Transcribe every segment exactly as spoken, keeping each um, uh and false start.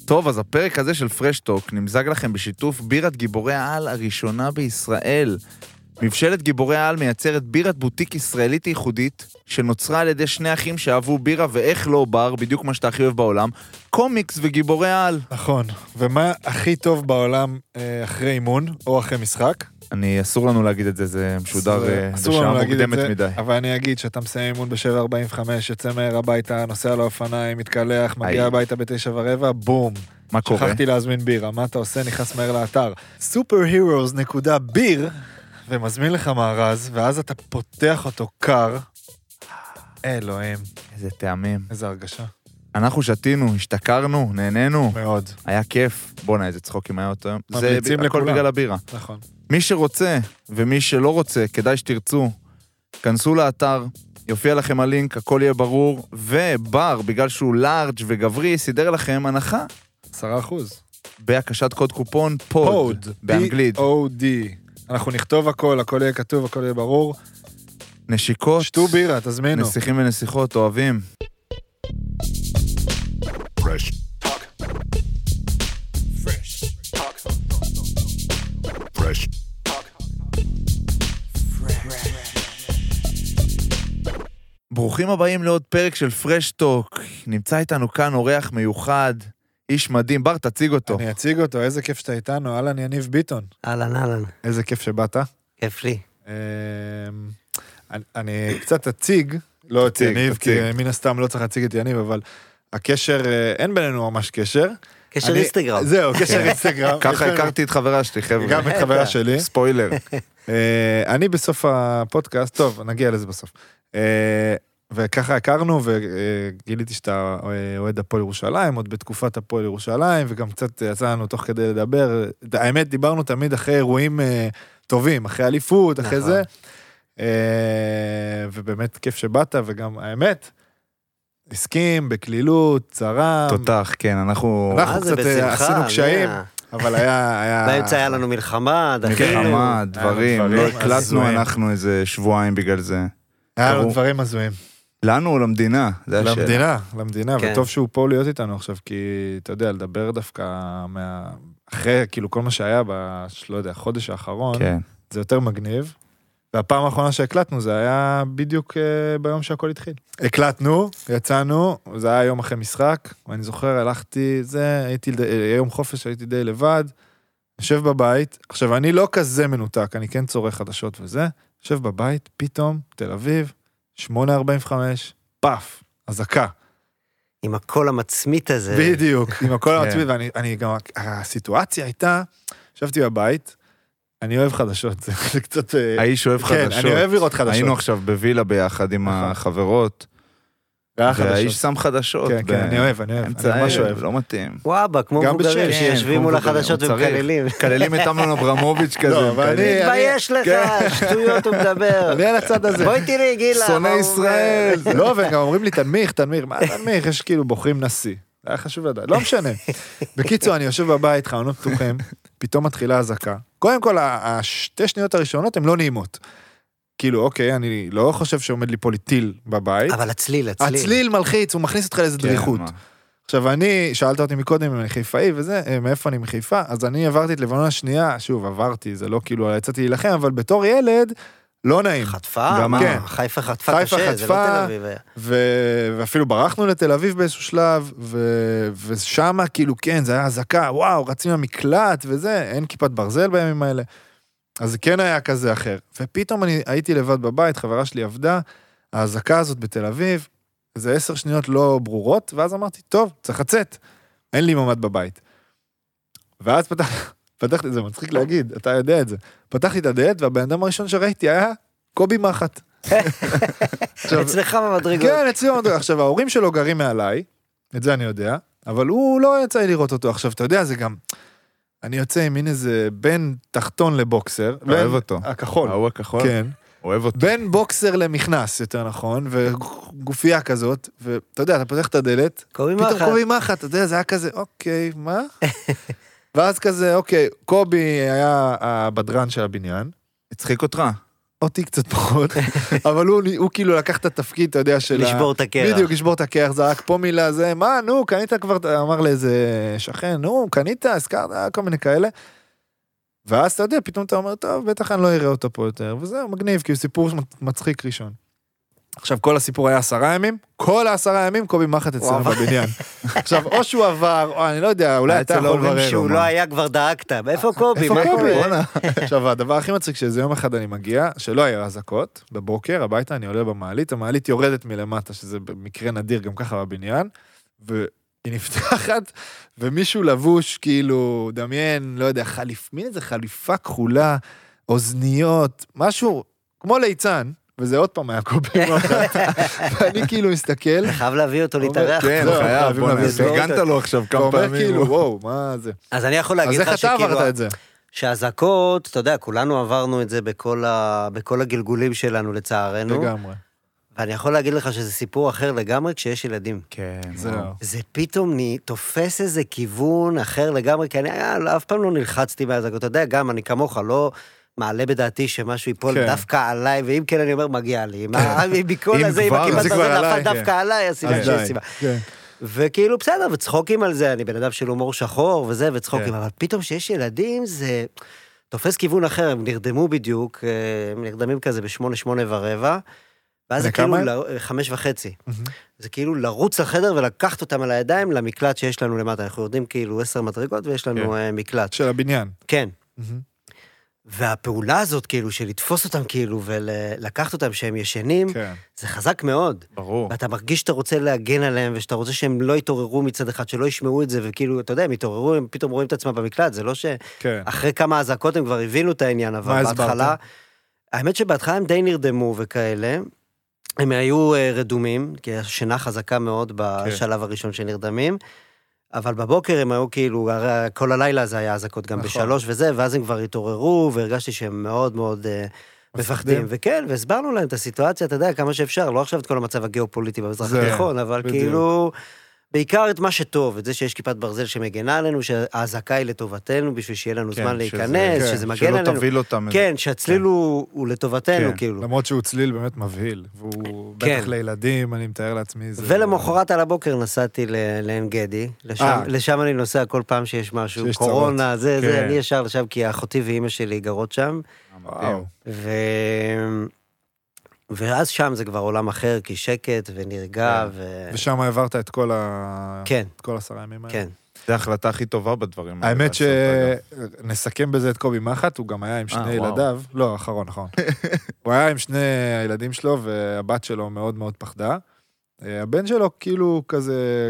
טוב, אז הפרק הזה של פרשטוק נמזג לכם בשיתוף בירת גיבורי העל הראשונה בישראל. מבשלת גיבורי העל מייצרת בירת בוטיק ישראלית ייחודית, שנוצרה על ידי שני אחים שאהבו בירה ואיך לא בר, בדיוק מה שאתה הכי אוהב בעולם, קומיקס וגיבורי העל. נכון, ומה הכי טוב בעולם אחרי אימון או אחרי משחק? אני, אסור לנו להגיד את זה, זה משודר בשעה מוקדמת מדי. אבל אני אגיד שאתה מסיים אימון ב-שבע ארבעים וחמש, יוצא מהר הביתה, נוסע לאופניים, מתקלח, מגיע הביתה ב-תשע ורבע, בום. מה קורה? שכחתי להזמין בירה, מה אתה עושה? נכנס מהר לאתר. סופר-הירוס נקודה ביר, ומזמין לך מארז, ואז אתה פותח אותו קר. אלוהים. איזה טעמים. איזה הרגשה. אנחנו שתינו, השתכרנו, נהנינו. מאוד. היה כיף. בוא נה, איזה צחוקים היה אותו. זה הכל בגלל הבירה. נכון. מי שרוצה ומי שלא רוצה, כדאי שתרצו, כנסו לאתר, יופיע לכם הלינק, הכל יהיה ברור, ובר, בגלל שהוא לארג' וגברי, סידר לכם הנחה. עשרה אחוז. בהקשת קוד קופון פוד, באנגלית. פי או די. אנחנו נכתוב הכל, הכל יהיה כתוב, הכל יהיה ברור. נשיקות. שתו בירה, תזמינו. נסיכים ונסיכות, אוהבים. Fresh talk. Fresh talk. Fresh talk. ברוכים הבאים לעוד פרק של פרש טוק. נמצא איתנו כאן אורח מיוחד, איש מדהים. בר, תציג אותו. אני אציג אותו, איזה כיף שאתה איתנו. אהלן, יניב ביטון. אהלן, אהלן. איזה כיף שבאת. כיף לי. אני קצת אציג, לא את יניב, כי מן הסתם לא צריך להציג את יניב, אבל הקשר, אין בינינו ממש קשר. קשר אינסטגרם. זהו, קשר אינסטגרם. ככה הכרתי את חברה שלי, חבר'ה. גם את חברה שלי. ספוילר. אני בסוף הפודקאסט, טוב, נגיע לזה בסוף. וככה הכרנו, וגיליתי שאתה אוהד הפועל ירושלים, עוד בתקופת הפועל ירושלים, וגם קצת יצא לנו תוך כדי לדבר. האמת, דיברנו תמיד אחרי אירועים טובים, אחרי אליפות, אחרי זה. ובאמת כיף שבאת, וגם האמת, הסכים, בכלילות, צרם. תותח, כן, אנחנו... אנחנו קצת עשינו קשיים, אבל היה... באמצע היה לנו מלחמה, מלחמה, דברים, לא הקלטנו אנחנו איזה שבועיים בגלל זה. היה לנו דברים מזוהים. לנו או למדינה? למדינה, למדינה, וטוב שהוא פה להיות איתנו עכשיו, כי אתה יודע, לדבר דווקא אחרי, כאילו כל מה שהיה, לא יודע, החודש האחרון, זה יותר מגניב. והפעם האחרונה שהקלטנו, זה היה בדיוק ביום שהכל התחיל. הקלטנו, יצאנו, זה היה יום אחרי משחק, ואני זוכר, הלכתי, זה, הייתי, יום חופש, הייתי די לבד, יושב בבית, עכשיו, אני לא כזה מנותק, אני כן צורך חדשות וזה, יושב בבית, פתאום, תל אביב, שמונה ארבעים וחמש, פאף, הזקה. עם הקול המצמית הזה. בדיוק, עם הקול המצמית, ואני גם, הסיטואציה הייתה, ישבתי בבית, אני אוהב חדשות, זה קצת... האיש אוהב חדשות. כן, אני אוהב לראות חדשות. היינו עכשיו בווילה ביחד עם החברות, והאיש שם חדשות. כן, כן, אני אוהב, אני אוהב, אני ממש אוהב. לא מתאים. וואבה, כמו מבוגרים שיושבים מול החדשות ומקללים. מקללים את אמנון אברמוביץ' כזה. מתבייש לך, שטויות הוא מדבר. אני על הצד הזה. בואי תראי, גילה. שונא ישראל. לא, וגם אומרים לי, תנמיך, תנמיך, מה תנמיך? יש כאילו בוחרים נשיא. זה היה חשוב לדעת, לא משנה. בקיצור, אני יושב בבית, חלונות פתוחים, פתאום מתחילה הזקה. קודם כל, השתי שניות הראשונות הן לא נעימות. כאילו, אוקיי, אני לא חושב שעומד לי פה טיל בבית. אבל הצליל, הצליל. הצליל מלחיץ, הוא מכניס אותך לאיזו דריכות. עכשיו, אני, שאלת אותי מקודם אם אני חיפאי וזה, מאיפה אני מחיפה, אז אני עברתי את לבנון השנייה, שוב, עברתי, זה לא כאילו, יצאתי להילחם, אבל בתור ילד, לא נעים. חטפה? גם כן. חיפה חטפה קשה, זה לא תל אביב. ו... ואפילו ברחנו לתל אביב באיזשהו שלב, ו... ושם כאילו כן, זה היה הזקה, וואו, רצים למקלט וזה, אין כיפת ברזל בימים האלה. אז זה כן היה כזה אחר. ופתאום אני הייתי לבד בבית, חברה שלי עבדה, ההזקה הזאת בתל אביב, זה עשר שניות לא ברורות, ואז אמרתי, טוב, צריך לצאת. אין לי ממד בבית. ואז פתח... פתחתי, זה מצחיק להגיד, אתה יודע את זה. פתחתי את הדלת, והבן אדם הראשון שראיתי היה קובי מחט. אצלך במדרגות. כן, אצלי במדרגות. עכשיו, ההורים שלו גרים מעליי, את זה אני יודע, אבל הוא לא יצא לי לראות אותו. עכשיו, אתה יודע, זה גם, אני יוצא עם מין איזה בין תחתון לבוקסר. אוהב אותו. הכחול. הוא הכחול? כן. אוהב אותו. בין בוקסר למכנס, יותר נכון, וגופייה כזאת, ואתה יודע, אתה פותח את הדלת, קובי מחט. פתאום קובי מחט, אתה יודע, זה היה כזה, אוקיי, מה? ואז כזה, אוקיי, קובי היה הבדרן של הבניין. הצחיק אותך? אותי קצת פחות, אבל הוא, הוא כאילו לקח את התפקיד, אתה יודע, של... לשבור את הקרח. בדיוק, לשבור את הקרח, זה רק פה מילה, זה, מה, נו, קנית כבר, אמר לאיזה שכן, נו, קנית, הזכרת, כל מיני כאלה. ואז אתה יודע, פתאום אתה אומר, טוב, בטח אני לא אראה אותו פה יותר, וזהו, מגניב, כי הוא סיפור מצחיק ראשון. עכשיו, כל הסיפור היה עשרה ימים, כל העשרה ימים קובי מחט אצלנו בבניין. עכשיו, או שהוא עבר, או אני לא יודע, אולי אתה יכול לברר. שהוא לא היה כבר דאגת, איפה קובי? איפה קובי? עכשיו, הדבר הכי מצחיק שזה יום אחד אני מגיע, שלא היה אזעקות, בבוקר, הביתה אני עולה במעלית, המעלית יורדת מלמטה, שזה במקרה נדיר גם ככה בבניין, והיא נפתחת, ומישהו לבוש, כאילו, דמיין, לא יודע, חליף, מין איזה חליפה כחולה, אוזניות, משהו, כמו ליצן, וזה עוד פעם היה קובי מחט, ואני כאילו מסתכל. חייב להביא אותו להתארח. כן, חייב, בוא נעשה, הגנת לו עכשיו כמה פעמים. ואומר כאילו, וואו, מה זה? אז אני יכול להגיד לך שכאילו... אז איך אתה עברת את זה? שהזעקות, אתה יודע, כולנו עברנו את זה בכל הגלגולים שלנו לצערנו. לגמרי. ואני יכול להגיד לך שזה סיפור אחר לגמרי כשיש ילדים. כן. זה פתאום תופס איזה כיוון אחר לגמרי, כי אני אף פעם לא נלחצתי מהזעקות. אתה יודע, גם אני כמוך לא... מעלה בדעתי שמשהו ייפול כן. דווקא עליי, ואם כן אני אומר, מגיע לי. מה, בכל הזה, אם הכיוון הזה נפל דווקא עליי, הסיבה שיש סיבה. כן. וכאילו, בסדר, וצחוקים על זה, אני בן אדם של הומור שחור וזה, וצחוקים, כן. אבל פתאום שיש ילדים, זה תופס כיוון אחר, הם נרדמו בדיוק, הם נרדמים כזה בשמונה, שמונה ורבע, ואז זה כאילו חמש וחצי. זה כאילו לרוץ לחדר ולקחת אותם על הידיים למקלט שיש לנו למטה. אנחנו יורדים כאילו עשר מדרגות ויש לנו מקלט. של הבניין. כן. והפעולה הזאת, כאילו, של לתפוס אותם, כאילו, ולקחת אותם שהם ישנים, כן. זה חזק מאוד. ברור. ואתה מרגיש שאתה רוצה להגן עליהם, ושאתה רוצה שהם לא יתעוררו מצד אחד, שלא ישמעו את זה, וכאילו, אתה יודע, הם יתעוררו, הם פתאום רואים את עצמם במקלט, זה לא שאחרי כן. כמה הזעקות הם כבר הבינו את העניין, אבל בהתחלה, האמת שבהתחלה הם די נרדמו וכאלה, הם היו רדומים, כי השינה חזקה מאוד בשלב כן. הראשון שנרדמים, אבל בבוקר הם היו כאילו, כל הלילה זה היה אזעקות גם נכון. בשלוש וזה, ואז הם כבר התעוררו, והרגשתי שהם מאוד מאוד uh, מפחדים. וכן, והסברנו להם את הסיטואציה, אתה יודע, כמה שאפשר, לא עכשיו את כל המצב הגיאופוליטי במזרח התיכון, אבל בדיוק. כאילו, בעיקר את מה שטוב, את זה שיש כיפת ברזל שמגנה עלינו, שההזעקה היא לטובתנו, בשביל שיהיה לנו כן, זמן להיכנס, שזה, שזה כן, מגן עלינו. שלא תביל אותם. כן, שהצליל כן. הוא, הוא לטובתנו, כן. כאילו. למרות שהוא צליל באמת מבהיל, והוא כן. בטח לילדים, אני מתאר לעצמי. זה... ולמחרת על הבוקר נסעתי לעין גדי, לשם, לשם אני נוסע כל פעם שיש משהו, שיש קורונה, צרות. זה, כן. זה, אני ישר לשם, כי אחותי ואימא שלי גרות שם. וואו. ו... ואז שם זה כבר עולם אחר, כי שקט ונרגע. ו... ושם העברת את כל, ה... כן. את כל עשרה ימים האלה. כן. זה ההחלטה הכי טובה בדברים. האמת שנסכם בזה את קובי מחט, הוא גם היה עם שני ילדיו, לא, אחרון, אחרון. הוא היה עם שני הילדים שלו, והבת שלו מאוד מאוד פחדה. הבן שלו כאילו כזה,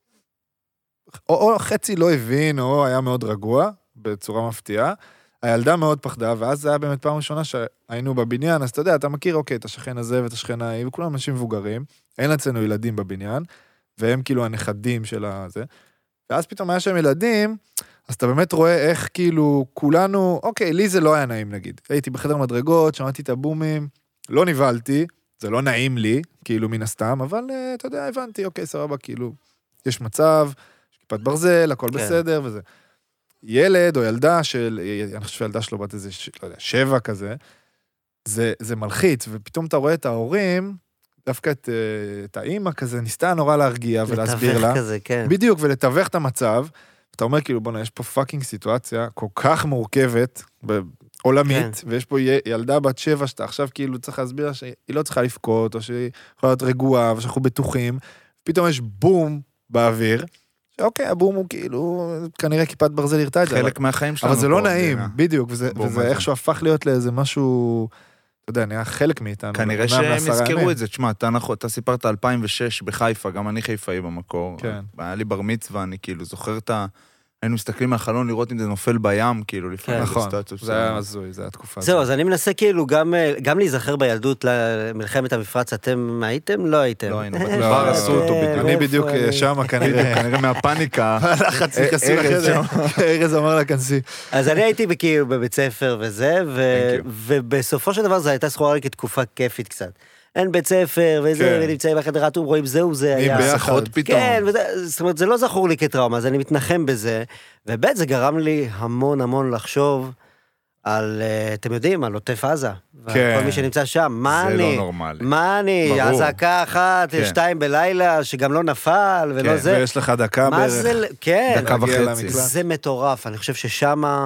או חצי לא הבין, או היה מאוד רגוע, בצורה מפתיעה. הילדה מאוד פחדה, ואז זה היה באמת פעם ראשונה שהיינו בבניין, אז אתה יודע, אתה מכיר, אוקיי, את השכן הזה ואת השכן ההיא, וכולם אנשים מבוגרים, אין אצלנו ילדים בבניין, והם כאילו הנכדים של הזה, ואז פתאום היה שם ילדים, אז אתה באמת רואה איך כאילו כולנו, אוקיי, לי זה לא היה נעים נגיד, הייתי בחדר מדרגות, שמעתי את הבומים, לא נבלתי, זה לא נעים לי, כאילו מן הסתם, אבל אתה יודע, הבנתי, אוקיי, סבבה, כאילו, יש מצב, יש כיפת ברזל, הכל בסדר וזה. ילד או ילדה של, אני חושב שהילדה שלו בת איזה, לא יודע, שבע כזה, זה, זה מלחיץ, ופתאום אתה רואה את ההורים, דווקא את, את האמא כזה, ניסתה נורא להרגיע ולהסביר לה. כזה, כן. בדיוק, ולתווך את המצב, ואתה אומר כאילו, בוא נה, יש פה פאקינג סיטואציה כל כך מורכבת, עולמית, כן. ויש פה ילדה בת שבע, שאתה עכשיו כאילו צריך להסביר לה שהיא לא צריכה לפקוט, או שהיא יכולה להיות רגועה, ושאנחנו בטוחים, פתאום יש בום באוויר, אוקיי, הבום הוא כאילו, כנראה כיפת ברזל הרתה את זה. חלק מהחיים שלנו. אבל זה לא נעים, בדיוק, וזה איכשהו הפך להיות לאיזה משהו, אתה יודע, נהיה חלק מאיתנו. כנראה שהם הזכרו את זה, תשמע, אתה סיפרת אלפיים ושש בחיפה, גם אני חיפאי במקור. היה לי בר מצווה, אני כאילו זוכר את ה... היינו מסתכלים מהחלון לראות אם זה נופל בים, כאילו, לפעמים. נכון, זה היה הזוי, זה היה תקופה. זהו, אז אני מנסה כאילו גם להיזכר בילדות למלחמת המפרץ, אתם הייתם? לא הייתם. לא היינו, כבר עשו אותו בדיוק. אני בדיוק שם, כנראה מהפאניקה. לחץ נכנסים לחדר, ארז אמר לה, כנסי. אז אני הייתי כאילו בבית ספר וזה, ובסופו של דבר זה הייתה זכורה לי כתקופה כיפית קצת. אין בית ספר, וזה, ונמצאים בחדר אטום, רואים זהו, זה היה... ביחד פתאום. כן, זאת אומרת, זה לא זכור לי כטראומה, אז אני מתנחם בזה, ובית זה גרם לי המון המון לחשוב על, אתם יודעים, על עוטף עזה. כן. כל מי שנמצא שם, מה אני? זה לא נורמלי. מה אני? הזעקה אחת, כן. שתיים בלילה, שגם לא נפל, ולא כן. זה. ויש לך דקה בערך. זה, כן. דקה וחצי. זה מטורף. אני חושב ששם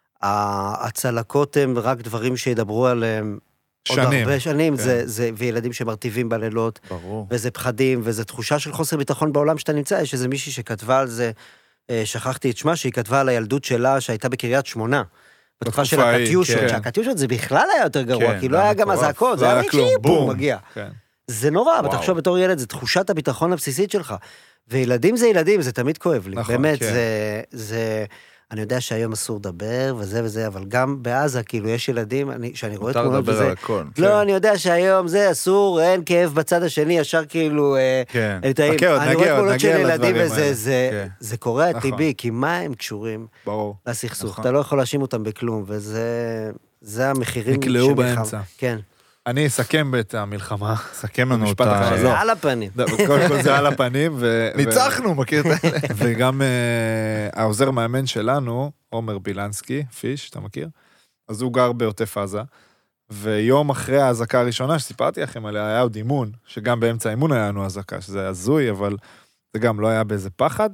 הצלקות הם רק דברים שידברו עליהם שנים. עוד הרבה שנים, כן. זה, זה, וילדים שמרטיבים בלילות. ברור. וזה פחדים, וזה תחושה של חוסר ביטחון בעולם שאתה נמצא. יש איזה מישהי שכתבה על זה, שכחתי את שמה, שהיא כתבה על הילדות שלה, שהייתה בקריית שמונה. בתקופה של הקטיושות, כן. שהקטיושות זה בכלל היה יותר גרוע, כן, כי לא היה גם הזעקות, זה היה מישהי בום, מגיע. כן. זה נורא, אבל תחשוב בתור ילד, זה תחושת הביטחון הבסיסית שלך. וילדים זה ילדים, זה תמיד כואב לי. נכון, באמת, כן. זה, זה, אני יודע שהיום אסור לדבר, וזה וזה, אבל גם בעזה, כאילו, יש ילדים, אני, שאני רואה תמונות וזה. מותר לדבר על הכל. לא, כן. אני יודע שהיום זה אסור, אין כאב בצד השני, ישר כאילו, כן. אני רואה תמונות של ילדים, וזה, זה, זה קורה טבעי, כי מה הם קשורים? ברור. לסכסוך, אתה לא יכול להאשים אותם בכלום, וזה, זה המחירים. נקלעו באמצע. כן. אני אסכם את המלחמה. אסכם לנו אותה. זה על הפנים. קודם כל זה על הפנים. ניצחנו, מכיר את האלה. וגם העוזר מאמן שלנו, עומר בילנסקי, פיש, אתה מכיר? אז הוא גר בעוטף עזה, ויום אחרי ההזקה הראשונה שסיפרתי לכם עליה, היה עוד אימון, שגם באמצע האימון היה לנו הזקה, שזה הזוי, אבל זה גם לא היה באיזה פחד.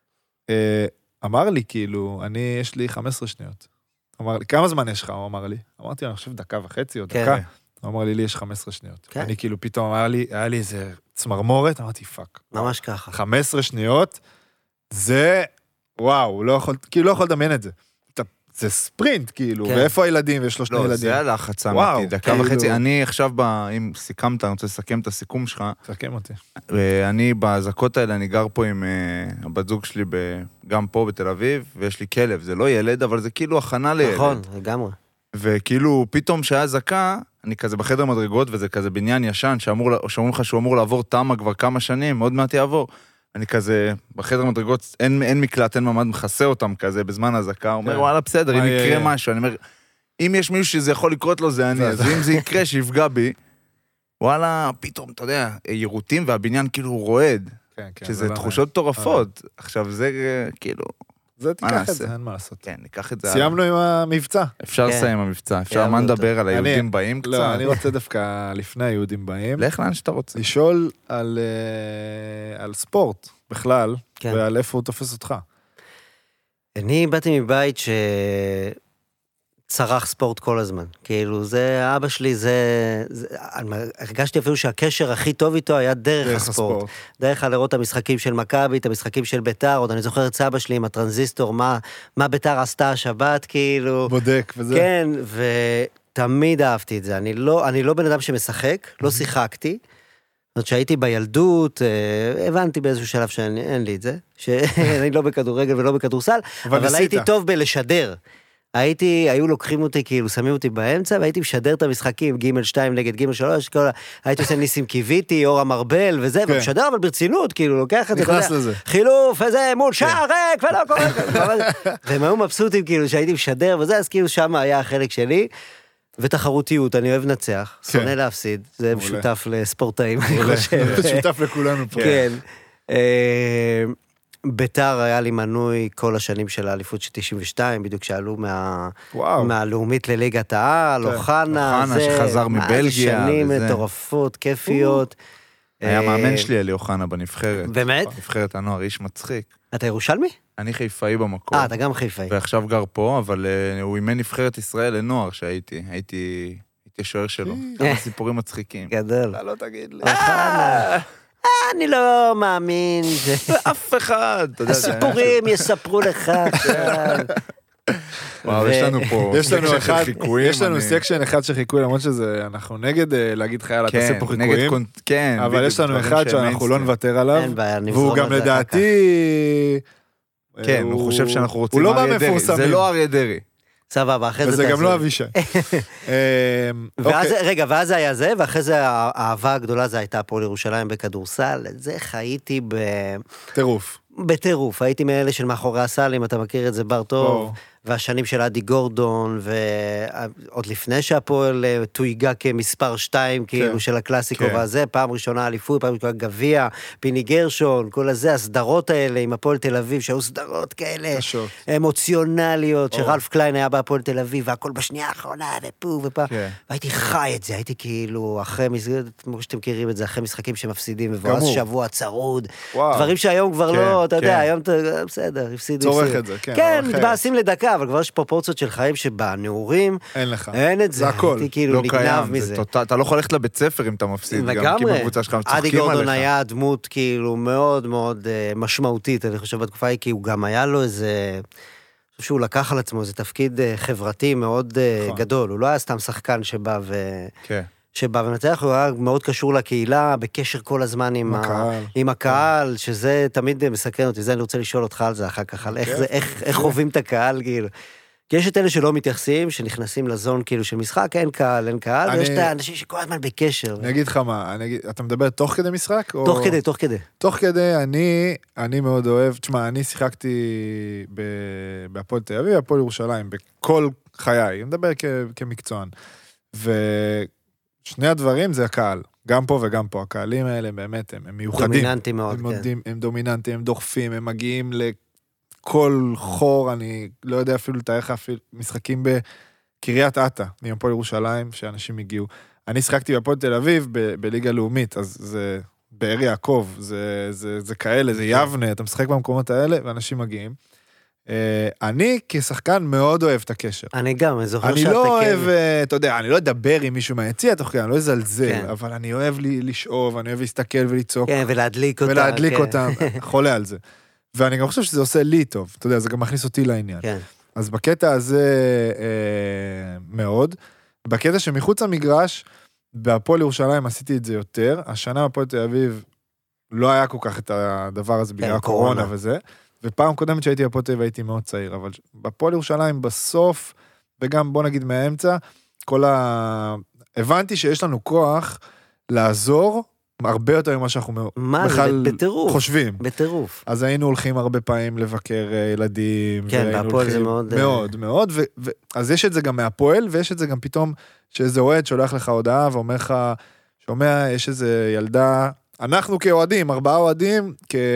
אמר לי, כאילו, אני, יש לי חמש עשרה שניות. אמר לי, כמה זמן יש לך? הוא אמר לי. אמרתי, אני חושב דקה וחצי או דקה. הוא אמר לי, לי יש חמש עשרה שניות. כן. אני כאילו פתאום אמר לי, היה לי איזה צמרמורת, אמרתי, פאק. ממש ככה. חמש עשרה שניות, זה, וואו, לא יכול, כאילו לא יכול לדמיין את זה. זה ספרינט, כאילו, כן. ואיפה הילדים, ויש לו שני לא, ילדים. זה הלחץ אמיתי, דקה כאילו... וחצי. אני עכשיו, ב... אם סיכמת, אני רוצה לסכם את הסיכום שלך. סכם אותי. ואני בהזקות האלה, אני גר פה עם uh, הבת זוג שלי, ב... גם פה בתל אביב, ויש לי כלב, זה לא ילד, אבל זה כאילו הכנה לילד. נכון, לגמרי. וכאילו, פתאום שהיה זקה, אני כזה בחדר מדרגות, וזה כזה בניין ישן, שאמור, שאומרים לך שהוא אמור לעבור תמה כבר כמה שנים, עוד מעט יעבור. אני כזה, בחדר מדרגות, אין, אין מקלט, אין ממד, מחסה אותם כזה, בזמן הזקה, הוא אומר, וואלה, בסדר, אם יקרה משהו, אני אומר, אם יש מישהו שזה יכול לקרות לו, זה אני, אז אם זה יקרה, שיפגע בי, וואלה, פתאום, אתה יודע, יירוטים, והבניין כאילו רועד, שזה תחושות טורפות, עכשיו זה כאילו... זה תיקח את זה, אין מה לעשות. כן, ניקח את זה. סיימנו עם המבצע. אפשר לסיים עם המבצע, אפשר מה נדבר על היהודים באים קצת. לא, אני רוצה דווקא לפני היהודים באים. לך לאן שאתה רוצה. לשאול על ספורט בכלל, ועל איפה הוא תופס אותך. אני באתי מבית ש... צרח ספורט כל הזמן. כאילו, זה, אבא שלי, זה, זה אני הרגשתי אפילו שהקשר הכי טוב איתו היה דרך, דרך הספורט. הספורט. דרך לראות את המשחקים של מכבי, את המשחקים של ביתר, עוד אני זוכר את סבא שלי עם הטרנזיסטור, מה, מה ביתר עשתה השבת, כאילו. בודק וזה. כן, ותמיד אהבתי את זה. אני לא, אני לא בן אדם שמשחק, לא שיחקתי. זאת אומרת, שהייתי בילדות, הבנתי באיזשהו שלב שאין לי את זה, שאני לא בכדורגל ולא בכדורסל, אבל, אבל הייתי טוב בלשדר. הייתי, היו לוקחים אותי, כאילו, שמים אותי באמצע, והייתי משדר את המשחקים, ג' שתיים נגד ג' שלוש, כל ה... הייתי עושה ניסים קיוויתי, אור המרבל וזה, כן. ומשדר, אבל ברצינות, כאילו, לוקח את זה, נכנס לזה. חילוף, וזה, מול שער ריק, ולא קורה, והם היו מבסוטים, כאילו, שהייתי משדר וזה, אז כאילו, שם היה החלק שלי, ותחרותיות, אני אוהב נצח, שונא להפסיד, זה משותף לספורטאים, אני חושב. זה משותף לכולנו פה. כן. ביתר היה לי מנוי כל השנים של האליפות של תשעים ושתיים, בדיוק שעלו מה... מהלאומית לליגת העל, אוחנה, אוחנה שחזר מבלגיה. שנים מטורפות, כיפיות. היה מאמן שלי אלי אוחנה בנבחרת. באמת? בנבחרת הנוער, איש מצחיק. אתה ירושלמי? אני חיפאי במקום. אה, אתה גם חיפאי. ועכשיו גר פה, אבל הוא אימן נבחרת ישראל לנוער שהייתי. הייתי שוער שלו. כמה סיפורים מצחיקים. גדול. אתה לא תגיד לי. אני לא מאמין. אף אחד. הסיפורים יספרו לך. וואו, יש לנו פה סקשן של חיקויים. יש לנו סקשן אחד של חיקויים, למרות שזה, אנחנו נגד להגיד חיילה, תעשה פה חיקויים. כן. אבל יש לנו אחד שאנחנו לא נוותר עליו. והוא גם לדעתי... כן, הוא חושב שאנחנו רוצים אריה דרי. זה לא אריה דרי. סבבה, אחרי זה... וזה גם לא אבישי. רגע, ואז היה זה, ואחרי זה האהבה הגדולה זה הייתה פה לירושלים בכדורסל, זה חייתי ב... טירוף. בטירוף, הייתי מאלה של מאחורי הסל, אם אתה מכיר את זה בר טוב, והשנים של אדי גורדון, ועוד לפני שהפועל תויגה כמספר שתיים, כאילו, של הקלאסיקו והזה, פעם ראשונה אליפות, פעם ראשונה גביע, פיני גרשון, כל הזה, הסדרות האלה עם הפועל תל אביב, שהיו סדרות כאלה, אמוציונליות, שרלף קליין היה בהפועל תל אביב, והכל בשנייה האחרונה, ופה ופה, והייתי חי את זה, הייתי כאילו, אחרי, כמו שאתם מכירים את זה, אחרי משחקים שמפסידים, ובועז שבוע צרוד, דברים שהיום כבר לא, אתה יודע, היום בסדר, הפסידו, צורך את זה, כן. כן, מתבאסים לדקה, אבל כבר יש פרופורציות של חיים שבנעורים, אין לך. אין את זה. זה הכל. הייתי כאילו נגנב מזה. אתה לא יכול ללכת לבית ספר אם אתה מפסיד, גם כי בקבוצה שלך מצחקים עליך. אדי גורדון היה דמות כאילו מאוד מאוד משמעותית, אני חושב בתקופה היא, כי הוא גם היה לו איזה, אני חושב שהוא לקח על עצמו איזה תפקיד חברתי מאוד גדול, הוא לא היה סתם שחקן שבא ו... כן. שבא ומנצח, הוא היה מאוד קשור לקהילה, בקשר כל הזמן עם, הקהל. עם הקהל, שזה תמיד מסקרן אותי, זה אני רוצה לשאול אותך על זה אחר כך, על איך, איך, איך חווים את הקהל, כאילו. כי יש את אלה שלא מתייחסים, שנכנסים לזון כאילו של משחק, אין קהל, אין קהל, ויש את האנשים שכל הזמן בקשר. אני אגיד לך מה, אני אגיד, אתה מדבר תוך כדי משחק? תוך או... כדי, תוך כדי. תוך כדי, אני, אני מאוד אוהב, תשמע, אני שיחקתי בהפועל תל אביב, בהפועל ירושלים, בכל חיי, אני מדבר כ, כמקצוען. ושני הדברים זה הקהל, גם פה וגם פה, הקהלים האלה באמת הם, הם מיוחדים. דומיננטים מאוד, הם כן. מודים, הם דומיננטים, הם דוחפים, הם מגיעים ל... כל חור, אני לא יודע אפילו לתאר לך אפילו משחקים בקריית אתא, מהפועל ירושלים, שאנשים הגיעו. אני שחקתי בהפועל תל אביב ב- בליגה לאומית, אז זה באר יעקב, זה, זה, זה כאלה, זה יבנה, אתה משחק במקומות האלה, ואנשים מגיעים. אני כשחקן מאוד אוהב את הקשר. אני גם, אני זוכר שאתה כן. אני לא אוהב, כן. אתה יודע, אני לא אדבר עם מישהו מהיציע, תוך כדי, אני לא אזלזל, כן. אבל אני אוהב לי, לשאוב, אני אוהב להסתכל ולצעוק. כן, ולהדליק אותם. ולהדליק כן. אותם, חולה על זה. ואני גם חושב שזה עושה לי טוב, אתה יודע, זה גם מכניס אותי לעניין. כן. אז בקטע הזה אה, מאוד, בקטע שמחוץ המגרש, בהפועל ירושלים עשיתי את זה יותר, השנה בהפועל תל אביב לא היה כל כך את הדבר הזה בגלל הקורונה וזה, ופעם קודמת שהייתי בהפועל תל אביב הייתי מאוד צעיר, אבל בהפועל ירושלים בסוף, וגם בוא נגיד מהאמצע, כל ה... הבנתי שיש לנו כוח לעזור, הרבה יותר ממה שאנחנו בכלל חושבים. בטירוף. אז היינו הולכים הרבה פעמים לבקר ילדים. כן, בהפועל זה מאוד... מאוד, מאוד. אז יש את זה גם מהפועל, ויש את זה גם פתאום שאיזה אוהד שולח לך הודעה, ואומר לך, שומע, יש איזה ילדה, אנחנו כאוהדים, ארבעה אוהדים,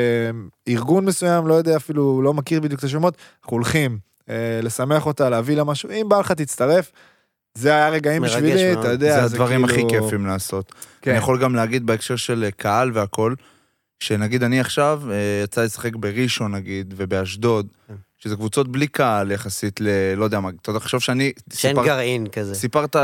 כארגון מסוים, לא יודע אפילו, לא מכיר בדיוק את השמות, אנחנו הולכים לשמח אותה, להביא לה משהו, אם בא לך תצטרף, זה היה רגעים בשבילי, אתה יודע. זה הדברים הכי כיפים לעשות. אני יכול גם להגיד בהקשר של קהל והכל, שנגיד אני עכשיו יצא לשחק בראשון נגיד, ובאשדוד, שזה קבוצות בלי קהל יחסית ל... לא יודע מה, אתה יודע, חשוב שאני... שאין גרעין כזה. סיפרת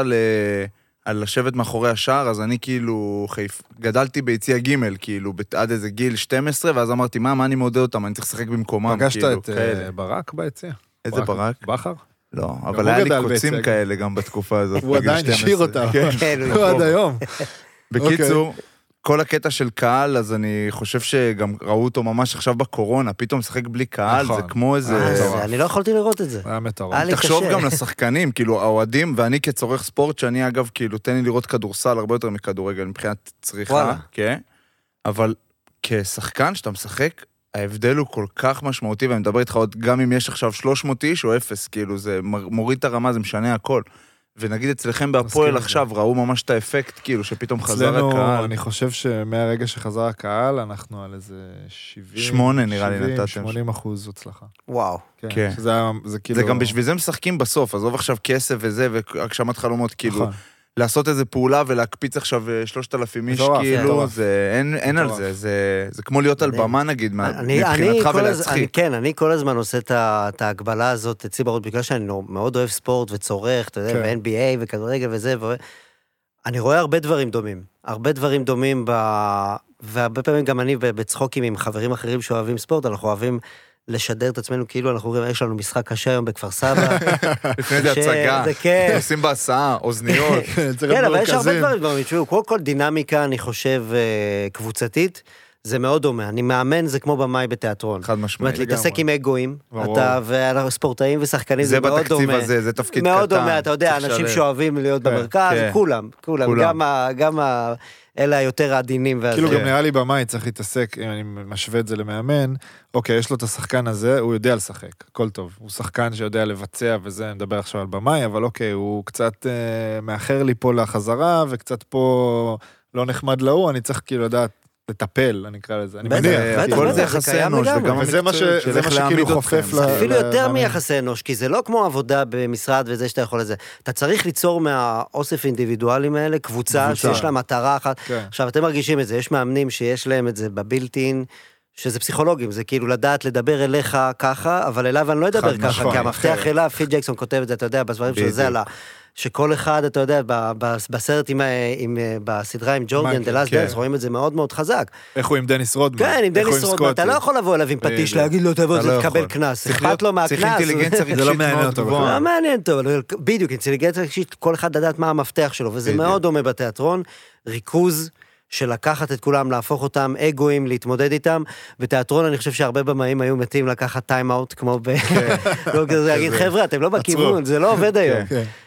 על לשבת מאחורי השער, אז אני כאילו גדלתי ביציע ג' כאילו, עד איזה גיל שתים עשרה, ואז אמרתי, מה, מה אני מעודד אותם? אני צריך לשחק במקומם. פגשת את ברק ביציע? איזה ברק? בחר? לא, אבל היה לי קוצים כאלה גם בתקופה הזאת. הוא עדיין השאיר אותה. הוא עד היום. בקיצור, כל הקטע של קהל, אז אני חושב שגם ראו אותו ממש עכשיו בקורונה, פתאום משחק בלי קהל, זה כמו איזה... אני לא יכולתי לראות את זה. היה מטורף. תחשוב גם לשחקנים, כאילו, האוהדים, ואני כצורך ספורט, שאני אגב, כאילו, תן לי לראות כדורסל הרבה יותר מכדורגל, מבחינת צריכה, כן? אבל כשחקן שאתה משחק, ההבדל הוא כל כך משמעותי, ואני מדבר איתך עוד, גם אם יש עכשיו שלוש מאות איש או אפס, כאילו, זה מוריד את הרמה, זה משנה הכל. ונגיד אצלכם בהפועל עכשיו, ראו ממש את האפקט, כאילו, שפתאום חזר הקהל. אצלנו, אני חושב שמהרגע שחזר הקהל, אנחנו על איזה שבעים... שמונה נראה לי נתתם. שמונים אחוז הצלחה. וואו. כן. זה גם בשביל זה משחקים בסוף, עזוב עכשיו כסף וזה, והגשמת חלומות, כאילו, לעשות איזה פעולה ולהקפיץ עכשיו שלושת אלפים איש, כאילו, אין על זה, זה כמו להיות על במה נגיד, מבחינתך ולהצחיק. כן, אני כל הזמן עושה את ההגבלה הזאת, אצלי בראש, בגלל שאני מאוד אוהב ספורט וצורך, אתה יודע, ו-אן בי איי וכדורגל וזה, אני רואה הרבה דברים דומים, הרבה דברים דומים, והרבה פעמים גם אני בצחוקים עם חברים אחרים שאוהבים ספורט, אנחנו אוהבים לשדר את עצמנו, כאילו אנחנו רואים, יש לנו משחק קשה היום בכפר סבא. לפני זה הצגה, עושים בהסעה, אוזניות. כן, אבל יש הרבה דברים, כל כל דינמיקה, אני חושב, קבוצתית, זה מאוד דומה. אני מאמן, זה כמו במאי בתיאטרון. חד משמעית. זאת אומרת, להתעסק עם אגואים, אתה והספורטאים ושחקנים, זה מאוד דומה. זה בתקציב הזה, זה תפקיד קטן. מאוד דומה, אתה יודע, אנשים שאוהבים להיות במרכז, כולם, כולם, גם אלה היותר עדינים. כאילו גם נראה לי במאי צריך להתעסק, אם אני משווה את זה למאמן, אוקיי, יש לו את השחקן הזה, הוא יודע לשחק, הכל טוב. הוא שחקן שיודע לבצע, וזה, אני מדבר עכשיו על במאי, אבל אוקיי, הוא קצת אה, מאחר לי פה לחזרה, וקצת פה לא נחמד להוא, אני צריך כאילו לדעת, לטפל, אני אקרא לזה. אני מניח. כל זה יחסי אנוש, וזה מה שכאילו חופף ל... אפילו יותר מיחסי אנוש, כי זה לא כמו עבודה במשרד וזה שאתה יכול לזה. אתה צריך ליצור מהאוסף אינדיבידואלים האלה, קבוצה שיש לה מטרה אחת. עכשיו, אתם מרגישים את זה, יש מאמנים שיש להם את זה בבילטין, שזה פסיכולוגים, זה כאילו לדעת לדבר אליך ככה, אבל אליו אני לא אדבר ככה, כי המפתח אליו, פיל ג'קסון כותב את זה, אתה יודע, בסברים של זה עלה. שכל אחד, אתה יודע, בסרט עם, עם, בסדרה עם ג'ורדן, The Last Dance, רואים את זה מאוד מאוד חזק. איך הוא עם דניס רודמן? כן, עם דניס רודמן, אתה לא יכול לבוא אליו עם פטיש, להגיד לו, תבוא, זה תקבל קנס, אכפת לו מהקנס. צריך אינטליגנציה רגשית מאוד גבוהה. לא מעניין טוב, בדיוק, אינטליגנציה רגשית, כל אחד לדעת מה המפתח שלו, וזה מאוד דומה בתיאטרון, ריכוז, של לקחת את כולם, להפוך אותם אגואים, להתמודד איתם. בתיאטרון אני חושב שהרבה במאים היו מתים לקחת טיים אאוט, כמו ב... לא כזה להגיד, חבר'ה, אתם לא בכיוון, זה לא עובד היום.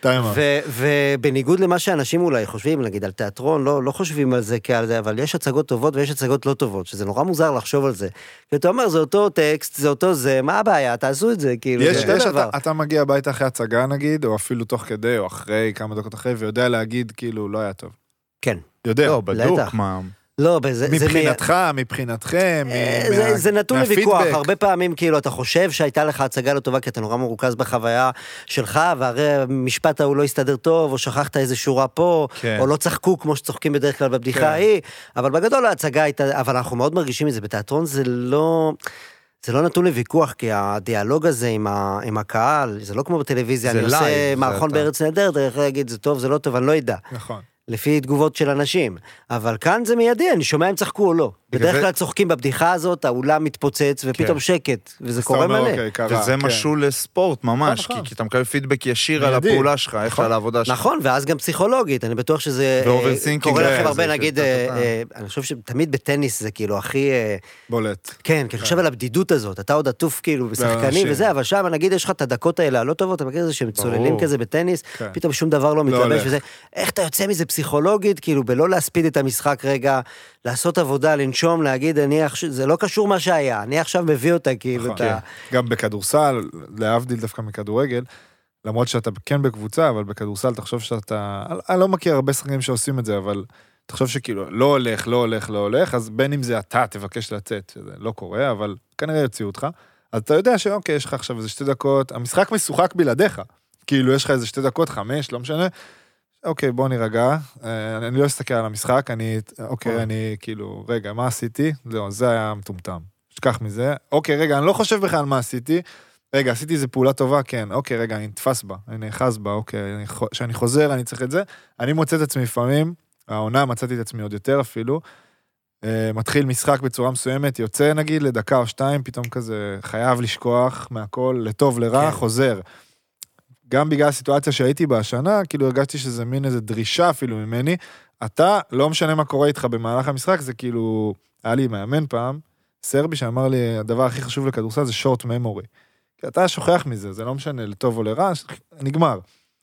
ובניגוד למה שאנשים אולי חושבים, נגיד על תיאטרון, לא חושבים על זה כעל זה, אבל יש הצגות טובות ויש הצגות לא טובות, שזה נורא מוזר לחשוב על זה. כי אתה אומר, זה אותו טקסט, זה אותו זה, מה הבעיה? תעשו את זה, כאילו, זה אותו דבר. אתה מגיע הביתה אחרי הצגה, נגיד, או אפילו תוך כדי, או אחרי, כמה דקות אחרי, ויודע להגיד, כאילו, לא היה טוב. כן. יודע. לא, בדוק, מה... לא, זה... מבחינתך, מבחינתכם, זה, זה נתון לוויכוח, הרבה פעמים כאילו אתה חושב שהייתה לך הצגה לא טובה, כי אתה נורא מרוכז בחוויה שלך, והרי המשפט ההוא לא הסתדר טוב, או שכחת איזה שורה פה, כן. או לא צחקו כמו שצוחקים בדרך כלל בבדיחה כן. ההיא, אבל בגדול ההצגה הייתה, אבל אנחנו מאוד מרגישים את זה, בתיאטרון זה לא... זה לא נתון לוויכוח, כי הדיאלוג הזה עם, ה, עם הקהל, זה לא כמו בטלוויזיה, אני עושה לייב, מערכון בארץ נהדר, דרך להגיד, זה טוב, זה לא טוב, אני לא יודע. נכון. לפי תגובות של אנשים, אבל כאן זה מיידי, אני שומע אם צחקו או לא. בדרך כלל צוחקים בבדיחה הזאת, האולם מתפוצץ ופתאום שקט, וזה קורה מלא. וזה משהו לספורט ממש, כי אתה מקבל פידבק ישיר על הפעולה שלך, איך על העבודה שלך. נכון, ואז גם פסיכולוגית, אני בטוח שזה קורה לכם הרבה, נגיד, אני חושב שתמיד בטניס זה כאילו הכי... בולט. כן, כי אני חושב על הבדידות הזאת, אתה עוד עטוף כאילו בשחקנים וזה, אבל שם נגיד יש לך את הדקות האלה הלא טובות, אתה מכיר את זה שהם צוללים כזה בטניס, פתאום שום דבר לא מתלבש וזה. איך אתה יוצא מזה פסיכולוגית, כאילו בלא להספיד את המשחק רגע, לעשות עבודה, לנשום, להגיד, אני, זה לא קשור מה שהיה, אני עכשיו מביא אותה, כאילו, אתה... גם בכדורסל, להבדיל דווקא מכדורגל, למרות שאתה כן בקבוצה, אבל בכדורסל תחשוב שאתה, אני לא מכיר הרבה שחקנים שעושים את זה, אבל תחשוב שכאילו, לא הולך, לא הולך, לא הולך, אז בין אם זה אתה תבקש לצאת, שזה לא קורה, אבל כנראה יוציאו אותך, אז אתה יודע שאוקיי, יש לך עכשיו איזה שתי דקות, המשחק משוחק בלעדיך, כאילו יש לך איזה שתי דקות, חמש, לא משנה, אוקיי, בוא נירגע, אני לא אסתכל על המשחק, אני, אוקיי, אני כאילו, רגע, מה עשיתי? לא, זה היה מטומטם, שכח מזה, אוקיי, רגע, אני לא חושב בכלל מה עשיתי, רגע, עשיתי איזה פעולה טובה, כן, אוקיי, רגע, אני נתפס בה, אני נאחז בה, אוקיי, כשאני חוזר, אני צריך את זה, אני מוצא את עצמי לפעמים, העונה מצאתי את עצמי עוד יותר אפילו, מתחיל משחק בצורה מסוימת, יוצא נגיד לדקה או שתיים, פתאום כזה חייב לשכוח מהכל, לטוב, לרע, חוזר. גם בגלל הסיטואציה שהייתי בה השנה, כאילו הרגשתי שזה מין איזו דרישה אפילו ממני, אתה, לא משנה מה קורה איתך במהלך המשחק, זה כאילו, היה לי מאמן פעם, סרבי שאמר לי, הדבר הכי חשוב לכדורסל זה short memory. כי אתה שוכח מזה, זה לא משנה לטוב או לרע, נגמר.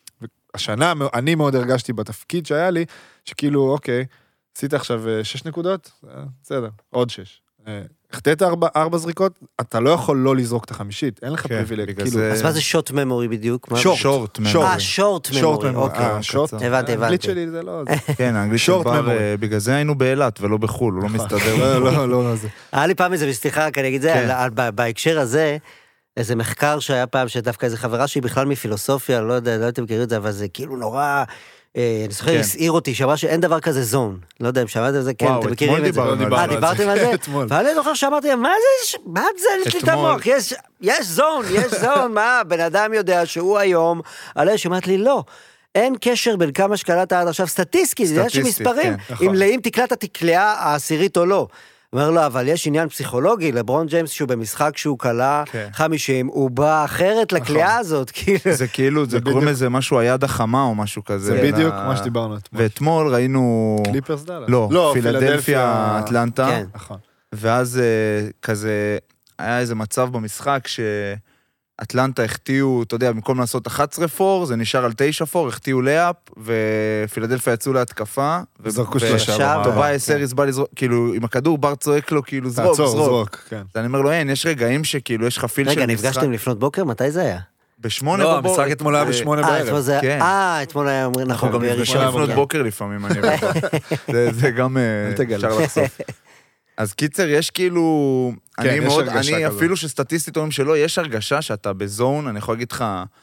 השנה, אני מאוד הרגשתי בתפקיד שהיה לי, שכאילו, אוקיי, עשית עכשיו שש נקודות, בסדר, עוד שש. החטאת ארבע, ארבע זריקות, אתה לא יכול לא לזרוק את החמישית, אין לך פריבילג. אז מה זה שוט ממורי בדיוק? שורט ממורי. אה, שורט ממורי, אוקיי. הבנתי, הבנתי. האנגלית שלי זה לא... כן, האנגלית של בר, בגלל זה היינו באילת ולא בחול, הוא לא מסתדר. לא, לא, לא. היה לי פעם איזה, סליחה, אני אגיד זה, בהקשר הזה, איזה מחקר שהיה פעם, שדווקא איזו חברה שהיא בכלל מפילוסופיה, לא יודע, לא יודעת אם מכירים את זה, אבל זה כאילו נורא... אני זוכר, הסעיר אותי, שאמרה שאין דבר כזה זון. לא יודע אם שמעתם את זה, כן, אתם מכירים את זה. אה, דיברתם על זה? ואני זוכר שאמרתי, מה זה, מה זה, יש לי את המוח, יש זון, יש זון, מה, בן אדם יודע שהוא היום, עלי שמעת לי, לא. אין קשר בין כמה שקלת עד עכשיו, סטטיסטי, זה עניין של מספרים, אם תקלט התקלעה העשירית או לא. אומר לו, אבל יש עניין פסיכולוגי, לברון ג'יימס שהוא במשחק שהוא קלה חמישים, הוא בא אחרת לקליעה הזאת, כאילו. זה כאילו, זה קוראים לזה משהו היד החמה או משהו כזה. זה בדיוק מה שדיברנו אתמול. ואתמול ראינו... קליפרס דאלאס. לא, פילדלפיה, אטלנטה. ואז כזה, היה איזה מצב במשחק ש... אטלנטה החטיאו, אתה יודע, במקום לעשות אחת עשרה פור, זה נשאר על תשע פור, החטיאו לאפ, ופילדלפיה יצאו להתקפה. זרקו שלושה. טובייס האריס בא לזרוק, כאילו, עם הכדור בר צועק לו, כאילו, זרוק, זרוק. אני אומר לו, אין, יש רגעים שכאילו, יש חפיל של משחק. רגע, נפגשתם לפנות בוקר? מתי זה היה? בשמונה בבוקר. לא, המשחק אתמול היה בשמונה בערב. אה, אתמול היה אומרים, נכון, גם נפגשים לפנות בוקר לפעמים, אני רואה. זה גם אפשר לחשוף. אז קיצר, יש כאילו, אני מאוד, אני אפילו שסטטיסטית אומרים שלא, יש הרגשה שאתה בזון, אני יכול להגיד לך,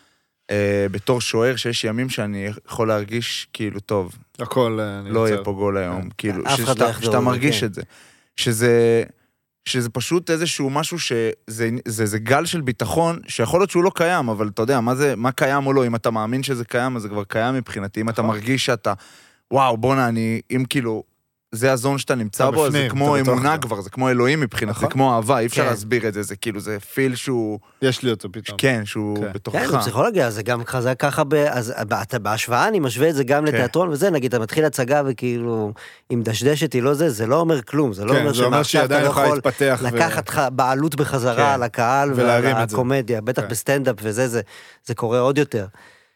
בתור שוער, שיש ימים שאני יכול להרגיש כאילו טוב. הכל, לא יהיה פה גול היום, כאילו, שאתה מרגיש את זה. שזה, שזה פשוט איזשהו משהו שזה זה, זה גל של ביטחון, שיכול להיות שהוא לא קיים, אבל אתה יודע, מה זה, מה קיים או לא, אם אתה מאמין שזה קיים, אז זה כבר קיים מבחינתי, אם אתה מרגיש שאתה, וואו, בונה, אני, אם כאילו, זה הזון שאתה נמצא בו, זה כמו אמונה כבר, זה כמו אלוהים מבחינת, זה כמו אהבה, אי אפשר להסביר את זה, זה כאילו, זה פיל שהוא... יש לי אותו פתאום. כן, שהוא בתוכך. כן, בפסיכולוגיה, זה גם חזק ככה, אז בהשוואה אני משווה את זה גם לתיאטרון וזה, נגיד, אתה מתחיל הצגה וכאילו, אם דשדשת היא לא זה, זה לא אומר כלום, זה לא אומר שמעכשיו אתה לא יכול לקחת בעלות בחזרה על הקהל ועל הקומדיה, בטח בסטנדאפ וזה, זה קורה עוד יותר.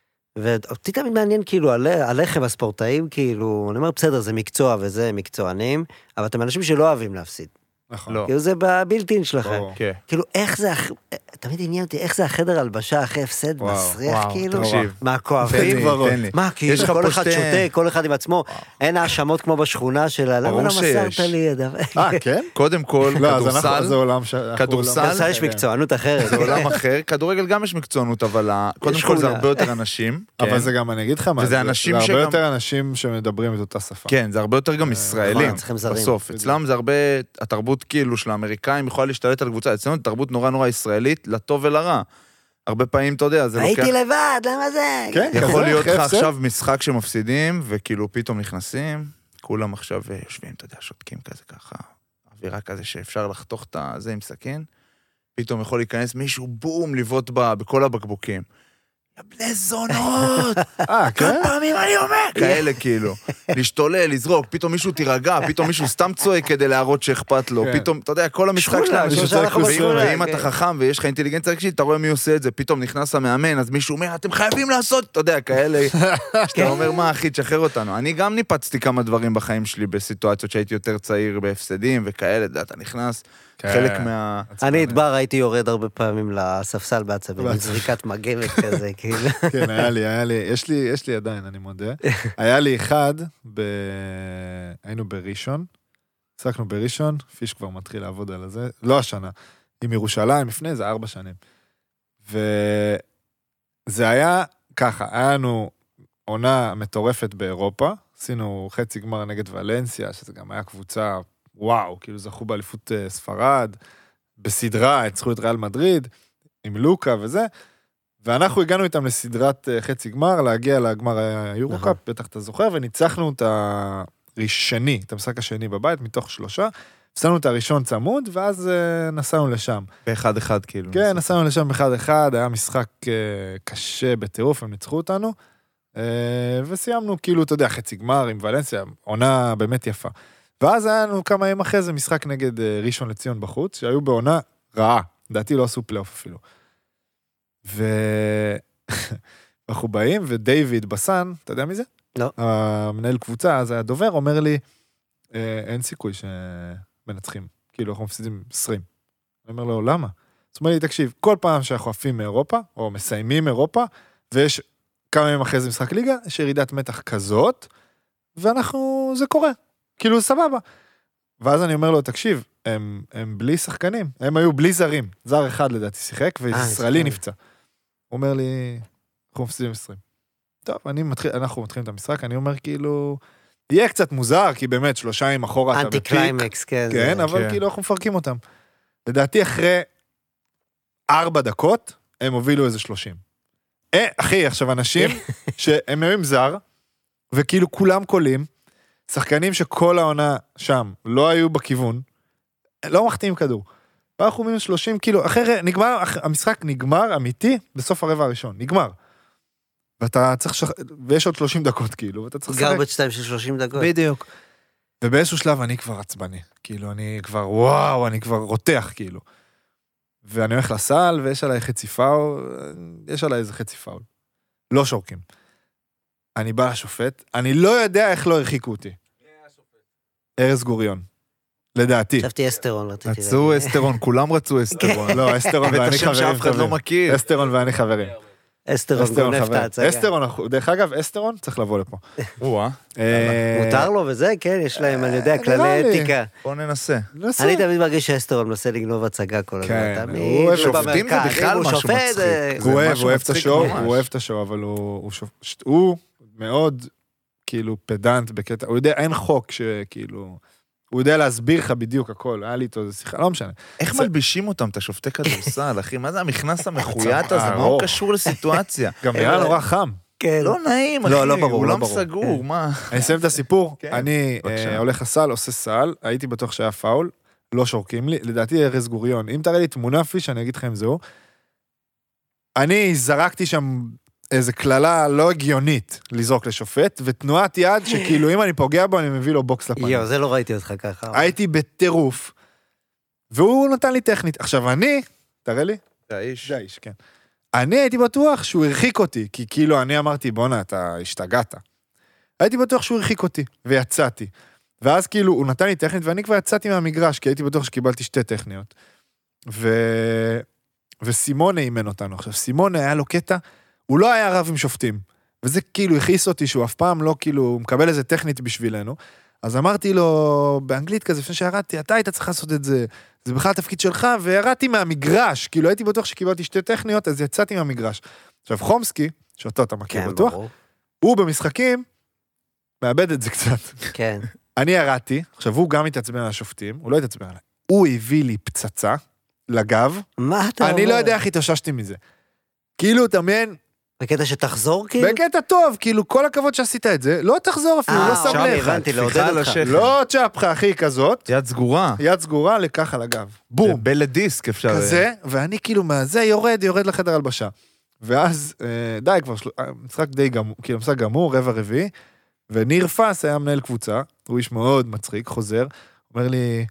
ואותי תמיד מעניין כאילו עליכם הספורטאים, כאילו, אני אומר בסדר, זה מקצוע וזה מקצוענים, אבל אתם אנשים שלא אוהבים להפסיד. נכון. לא. כאילו זה בבילטין שלכם. כאילו איך זה, תמיד עניין אותי, איך זה החדר הלבשה אחרי הפסד מסריח כאילו? מה, כואבים? מה, כאילו כל אחד שותה, כל אחד עם עצמו, אין האשמות כמו בשכונה של למה לא מסרת לי? אה, כן? קודם כל, כדורסל, זה עולם כדורסל יש מקצוענות אחרת. זה עולם אחר, כדורגל גם יש מקצוענות, אבל קודם כל זה הרבה יותר אנשים. אבל זה גם, אני אגיד לך מה, זה הרבה יותר אנשים שמדברים את אותה שפה. כן, זה הרבה יותר גם ישראלים. בסוף, אצלם זה הרבה, התרבות כאילו של האמריקאים יכולה להשתלט על קבוצה, אצלנו תרבות נורא נורא ישראלית, לטוב ולרע. הרבה פעמים, אתה יודע, זה לוקח... הייתי לבד, למה זה? כן, יכול להיות לך עכשיו משחק שמפסידים, וכאילו פתאום נכנסים, כולם עכשיו יושבים, אתה יודע, שותקים כזה ככה, אווירה כזה שאפשר לחתוך את זה עם סכין, פתאום יכול להיכנס מישהו, בום, לבעוט בכל הבקבוקים. בני זונות, אה, כן? כמה פעמים אני אומר, כאלה כאילו, להשתולל, לזרוק, פתאום מישהו תירגע, פתאום מישהו סתם צועק כדי להראות שאכפת לו, פתאום, אתה יודע, כל המשחק שלנו, ואם אתה חכם ויש לך אינטליגנציה רגשית, אתה רואה מי עושה את זה, פתאום נכנס המאמן, אז מישהו אומר, אתם חייבים לעשות, אתה יודע, כאלה, שאתה אומר, מה אחי, תשחרר אותנו. אני גם ניפצתי כמה דברים בחיים שלי, בסיטואציות שהייתי יותר צעיר, בהפסדים וכאלה, אתה נכנס, חלק מה... אני אדבר, הייתי יורד הרבה פעמים לספסל בעצבים, זריקת מגמת כזה, כאילו. כן, היה לי, היה לי, יש לי, יש לי עדיין, אני מודה. היה לי אחד, היינו בראשון, עסקנו בראשון, פיש כבר מתחיל לעבוד על זה, לא השנה, עם ירושלים, לפני זה ארבע שנים. וזה היה ככה, היה לנו עונה מטורפת באירופה, עשינו חצי גמר נגד ולנסיה, שזה גם היה קבוצה, וואו, כאילו זכו באליפות ספרד, בסדרה, הצחו את ריאל מדריד, עם לוקה וזה, ואנחנו הגענו איתם לסדרת חצי גמר, להגיע לגמר היורוקאפ, בטח אתה זוכר, וניצחנו את הראשני, את המשחק השני בבית, מתוך שלושה, עשינו את הראשון צמוד, ואז נסענו לשם. באחד אחד כאילו. כן, נסענו לשם באחד אחד, היה משחק קשה בטירוף, הם ניצחו אותנו, וסיימנו כאילו, אתה יודע, חצי גמר עם ולנסיה, עונה באמת יפה. ואז היה לנו כמה ימים אחרי זה משחק נגד ראשון לציון בחוץ, שהיו בעונה רעה, לדעתי לא עשו פלייאוף אפילו. ואנחנו באים, ודייוויד בסן, אתה יודע מי זה? לא. המנהל קבוצה, אז הדובר אומר לי, אין סיכוי שמנצחים, כאילו אנחנו מפסידים עשרים. אני אומר לו, למה? זאת אומרת לי, תקשיב, כל פעם שאנחנו עפים מאירופה, או מסיימים אירופה, ויש כמה ימים אחרי זה משחק ליגה, יש ירידת מתח כזאת, ואנחנו, זה קורה. כאילו, סבבה. ואז אני אומר לו, תקשיב, הם, הם בלי שחקנים, הם היו בלי זרים. זר אחד לדעתי שיחק, וישראלי נפצע. הוא אומר לי, אנחנו מפסידים עשרים. טוב, אני מתחיל, אנחנו מתחילים את המשחק, אני אומר כאילו, יהיה קצת מוזר, כי באמת שלושה עם אחורה אתה בפיק. אנטי קליימקס, כן. כן, זה, אבל כן. כאילו אנחנו מפרקים אותם. לדעתי אחרי ארבע דקות, הם הובילו איזה שלושים. אה, אחי, עכשיו אנשים שהם היו עם זר, וכאילו כולם קולים, שחקנים שכל העונה שם לא היו בכיוון, לא מחתים כדור. ואנחנו מינוס שלושים, כאילו, אחרי, נגמר, המשחק נגמר אמיתי בסוף הרבע הראשון, נגמר. ואתה צריך, שח... ויש עוד שלושים דקות, כאילו, ואתה צריך... גרבג' שתיים של שלושים דקות. בדיוק. ובאיזשהו שלב אני כבר עצבני, כאילו, אני כבר, וואו, אני כבר רותח, כאילו. ואני הולך לסל, ויש עליי חצי פאול, יש עליי איזה חצי פאול. לא שורקים. אני בא לשופט, אני לא יודע איך לא הרחיקו אותי. ארז גוריון. לדעתי. חשבתי אסטרון, רציתי. רצו אסטרון, כולם רצו אסטרון. לא, אסטרון ואני חברים. שאף אחד לא מכיר. אסטרון ואני חברים. אסטרון גונב את ההצגה. אסטרון, דרך אגב, אסטרון צריך לבוא לפה. מותר לו וזה, כן, יש להם, אני יודע, כללי אתיקה. בוא ננסה. אני תמיד מרגיש שאסטרון מנסה לגנוב הצגה כל הזמן. הוא שופטים זה בכלל משהו מצחיק. הוא אוהב, הוא אוהב את השואו, הוא אוהב את השואו, אבל הוא מאוד, כאילו, פדנט בקטע, הוא יודע, אין חוק שכאילו... הוא יודע להסביר לך בדיוק הכל, היה לי איתו, זה שיחה, לא משנה. איך מלבישים אותם, את השופטי כדורסל, אחי? מה זה המכנס המחויית הזה? מה הוא קשור לסיטואציה? גם היה נורא חם. לא נעים, אחי. לא, לא ברור, לא ברור. סגור, מה? אני אסיים את הסיפור, אני הולך לסל, עושה סל, הייתי בטוח שהיה פאול, לא שורקים לי, לדעתי ארז גוריון. אם תראה לי תמונה פיש, אני אגיד לכם זהו. אני זרקתי שם איזו כללה לא הגיונית לזרוק לשופט, ותנועת יד שכאילו אם אני פוגע בו, אני מביא לו בוקס לפנים. יו, זה לא ראיתי אותך ככה. הייתי בטירוף, והוא נתן לי טכנית. עכשיו אני, תראה לי? זה האיש. זה האיש, כן. אני הייתי בטוח שהוא הרחיק אותי, כי כאילו אני אמרתי, בונה, אתה השתגעת. הייתי בטוח שהוא הרחיק אותי, ויצאתי. ואז כאילו הוא נתן לי טכנית, ואני כבר יצאתי מהמגרש, כי הייתי בטוח שקיבלתי שתי טכניות. ו... וסימונה אימן אותנו. עכשיו, סימונה היה לו קטע, הוא לא היה רב עם שופטים, וזה כאילו הכעיס אותי שהוא אף פעם לא כאילו, הוא מקבל איזה טכנית בשבילנו, אז אמרתי לו באנגלית כזה, לפני שירדתי, אתה היית צריך לעשות את זה, זה בכלל התפקיד שלך, וירדתי מהמגרש, כאילו הייתי בטוח שקיבלתי שתי טכניות, אז יצאתי מהמגרש. עכשיו חומסקי, שאותו אתה מכיר כן, בטוח, ברור. הוא במשחקים, מאבד את זה קצת. כן. אני ירדתי, עכשיו הוא גם התעצבן על השופטים, הוא לא התעצבן עליי, הוא הביא לי פצצה לגב, מה אתה אומר? אני לא יודע איך התאוששתי מזה. כאילו, תמיין, בקטע שתחזור כאילו? בקטע טוב, כאילו כל הכבוד שעשית את זה, לא תחזור אפילו, לא שם אה, לך. הבנתי, לעודד אותך. לא צ'פחה, אחי, כזאת. יד סגורה. יד סגורה לכך על הגב. בום. בלדיסק אפשר... כזה, ואני כאילו מהזה יורד, יורד לחדר הלבשה. ואז, די כבר, משחק די גמור, כאילו משחק גמור, רבע רביעי, וניר פס היה מנהל קבוצה, הוא איש מאוד מצחיק, חוזר, אומר לי,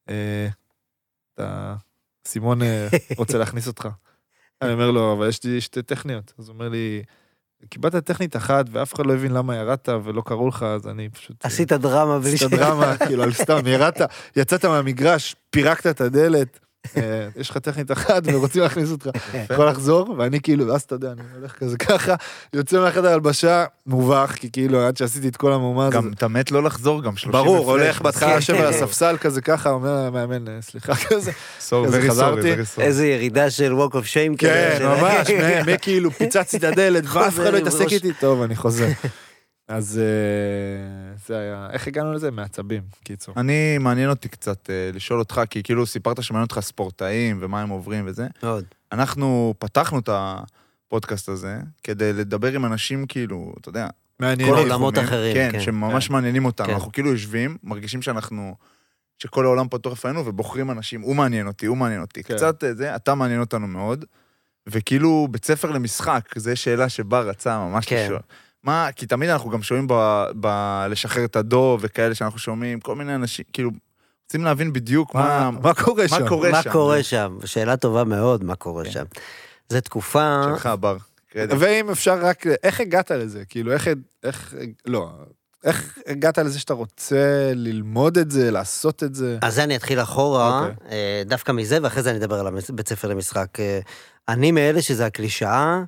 אתה, סימון רוצה להכניס אותך. אני אומר לו, אבל יש לי שתי טכניות. אז הוא אומר לי, קיבלת טכנית אחת, ואף אחד לא הבין למה ירדת, ולא קראו לך, אז אני פשוט... עשית דרמה. עשית דרמה, כאילו, על סתם, ירדת, יצאת מהמגרש, פירקת את הדלת, יש לך טכנית אחת, ורוצים להכניס אותך. יכול לחזור, ואני כאילו, אז אתה יודע, אני הולך כזה ככה, יוצא מהחדר הלבשה, מובך, כי כאילו, עד שעשיתי את כל המומה... גם אתה מת לא לחזור, גם שלושים... ברור, הולך בהתחלה יושב על הספסל כזה ככה, אומר מאמן, סליחה כזה. חזרתי. איזה ירידה של walk of shame. כן, ממש, מי כאילו, פיצצתי את הדלת, ואף אחד לא התעסק איתי, טוב, אני חוזר. אז זה היה, איך הגענו לזה? מעצבים, קיצור. אני, מעניין אותי קצת לשאול אותך, כי כאילו סיפרת שמעניין אותך ספורטאים ומה הם עוברים וזה. מאוד. אנחנו פתחנו את הפודקאסט הזה, כדי לדבר עם אנשים כאילו, אתה יודע, מעניין. כל עולמות אחרים. כן, שממש מעניינים אותנו. אנחנו כאילו יושבים, מרגישים שאנחנו, שכל העולם פתוח לפנינו, ובוחרים אנשים, הוא מעניין אותי, הוא מעניין אותי. קצת זה, אתה מעניין אותנו מאוד, וכאילו בית ספר למשחק, זו שאלה שבה רצה ממש לשאול. מה, כי תמיד אנחנו גם שומעים בלשחרר את הדוב וכאלה שאנחנו שומעים, כל מיני אנשים, כאילו, רוצים להבין בדיוק מה, מה קורה שם. מה קורה מה שם. קורה שם, שאלה טובה מאוד, מה קורה שם. זו תקופה... שלך, בר. ואם אפשר רק, איך הגעת לזה? כאילו, איך, איך, לא, איך הגעת לזה שאתה רוצה ללמוד את זה, לעשות את זה? אז אני אתחיל אחורה, דווקא מזה, ואחרי זה אני אדבר על בית ספר למשחק. אני מאלה שזה הקלישאה,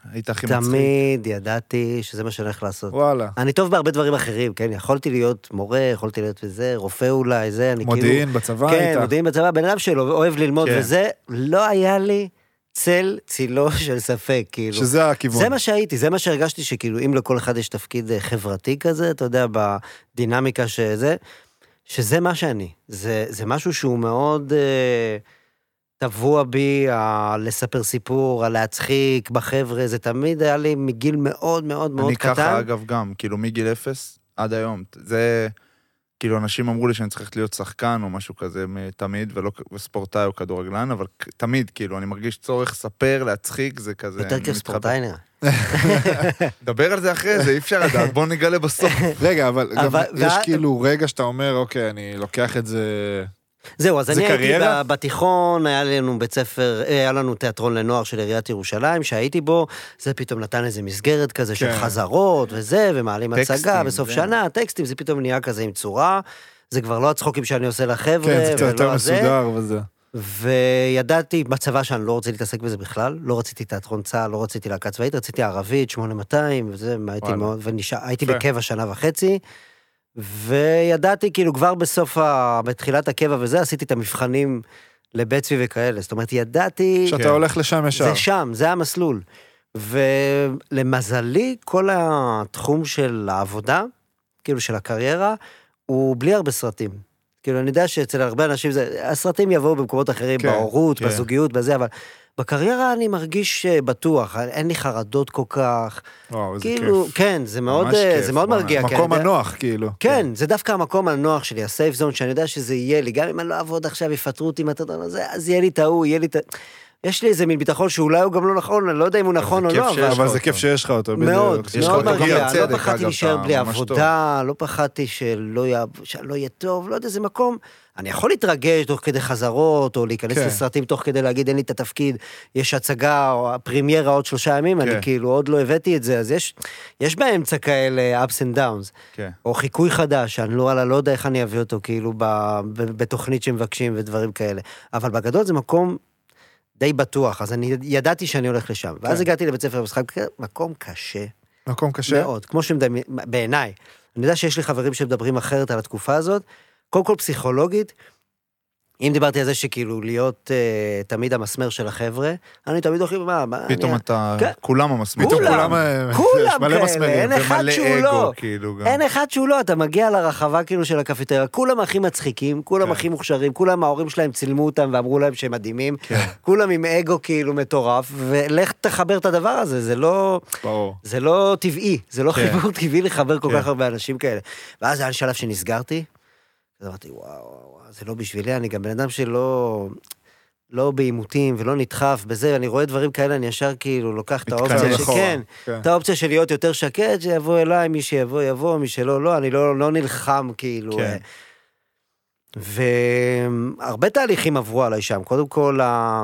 תמיד ידעתי שזה מה שאני הולך לעשות. וואלה. אני טוב בהרבה דברים אחרים, כן? יכולתי להיות מורה, יכולתי להיות וזה, רופא אולי, זה, אני כאילו... מודיעין בצבא כן, הייתה. מודיעין בצבא, בן אדם שלו אוהב ללמוד וזה, לא היה לי צל צילו של ספק, כאילו. שזה הכיוון. זה מה שהייתי, זה מה שהרגשתי שכאילו, אם לכל אחד יש תפקיד חברתי כזה, אתה יודע, בדינמיקה שזה, שזה מה שאני. זה, זה משהו שהוא מאוד... טבוע בי, על לספר סיפור, על להצחיק בחבר'ה, זה תמיד היה לי מגיל מאוד מאוד מאוד קטן. אני ככה אגב גם, כאילו מגיל אפס עד היום, זה, כאילו אנשים אמרו לי שאני צריך להיות שחקן או משהו כזה תמיד, ולא ספורטאי או כדורגלן, אבל תמיד, כאילו, אני מרגיש צורך לספר, להצחיק, זה כזה... יותר כיף ספורטאי נראה. דבר על זה אחרי זה, אי אפשר לדעת, בוא נגלה בסוף. רגע, אבל גם יש כאילו רגע שאתה אומר, אוקיי, אני לוקח את זה... זהו, אז אני הייתי בתיכון, היה לנו בית ספר, היה לנו תיאטרון לנוער של עיריית ירושלים, שהייתי בו, זה פתאום נתן איזה מסגרת כזה של חזרות וזה, ומעלים הצגה בסוף שנה, טקסטים, זה פתאום נהיה כזה עם צורה, זה כבר לא הצחוקים שאני עושה לחבר'ה, כן, זה יותר מסודר וזה. וידעתי בצבא שאני לא רוצה להתעסק בזה בכלל, לא רציתי תיאטרון צה"ל, לא רציתי להקה צבאית, רציתי ערבית, שמונה מאתיים, וזה, הייתי מאוד, והייתי בקבע שנה וחצי, וידעתי כאילו כבר בסוף, בתחילת הקבע וזה, עשיתי את המבחנים לבית צבי וכאלה, זאת אומרת, ידעתי... שאתה הולך לשם ישר. זה שם, זה המסלול. ולמזלי, כל התחום של העבודה, כאילו של הקריירה, הוא בלי הרבה סרטים. כאילו, אני יודע שאצל הרבה אנשים, זה, הסרטים יבואו במקומות אחרים, כן, בהורות, כן. בזוגיות, בזה, אבל בקריירה אני מרגיש בטוח, אין לי חרדות כל כך. וואו, איזה כאילו, כיף. כן, זה מאוד, זה מאוד מרגיע. מקום הנוח, כאילו. כן, זה דווקא המקום הנוח שלי, הסייף זון, שאני יודע שזה יהיה לי, גם אם אני לא אעבוד עכשיו, יפטרו אותי מהתדון הזה, אז יהיה לי טעו, יהיה לי טעו. יש לי איזה מין ביטחון שאולי הוא גם לא נכון, אני לא יודע אם הוא נכון או לא, אבל זה כיף שיש לך אותו. מאוד, מאוד מרגיע, לא פחדתי להישאר בלי עבודה, לא פחדתי שלא יהיה טוב, לא יודע, זה מקום, אני יכול להתרגש תוך כדי חזרות, או להיכנס לסרטים תוך כדי להגיד, אין לי את התפקיד, יש הצגה, או הפרימיירה עוד שלושה ימים, אני כאילו עוד לא הבאתי את זה, אז יש באמצע כאלה ups and downs, או חיקוי חדש, אני לא יודע איך אני אביא אותו, כאילו, בתוכנית שמבקשים ודברים כאלה, אבל בגדול זה מקום די בטוח, אז אני ידעתי שאני הולך לשם, ואז הגעתי לבית ספר משחק, מקום קשה. מקום קשה? מאוד, כמו שמדמיין, בעיניי. אני יודע שיש לי חברים שמדברים אחרת על התקופה הזאת, קודם כל פסיכולוגית, אם דיברתי על זה שכאילו להיות uh, תמיד המסמר של החבר'ה, אני תמיד הולכים, מה, מה, פתאום אני... אתה, כן. כולם המסמרים. כולם, כולם, כולם מלא כאלה, מסמרים. אין אחד שהוא לא, כאילו אין אחד שהוא לא, אתה מגיע לרחבה כאילו של הקפיטריה, כולם הכי מצחיקים, כולם הכי מוכשרים, כולם ההורים שלהם צילמו אותם ואמרו להם שהם מדהימים, כולם עם אגו כאילו מטורף, ולך תחבר את הדבר הזה, זה לא, זה לא טבעי, זה לא חיבור טבעי לחבר כל כך הרבה אנשים כאלה. ואז היה שלב שנסגרתי, אז אמרתי, וואו, זה לא בשבילי, אני גם בן אדם שלא, לא בעימותים ולא נדחף בזה, אני רואה דברים כאלה, אני ישר כאילו לוקח את האופציה שכן, את האופציה של להיות יותר שקט, שיבוא אליי, מי שיבוא, יבוא, מי שלא, לא, אני לא, לא נלחם כאילו. והרבה תהליכים עברו עליי שם, קודם כל,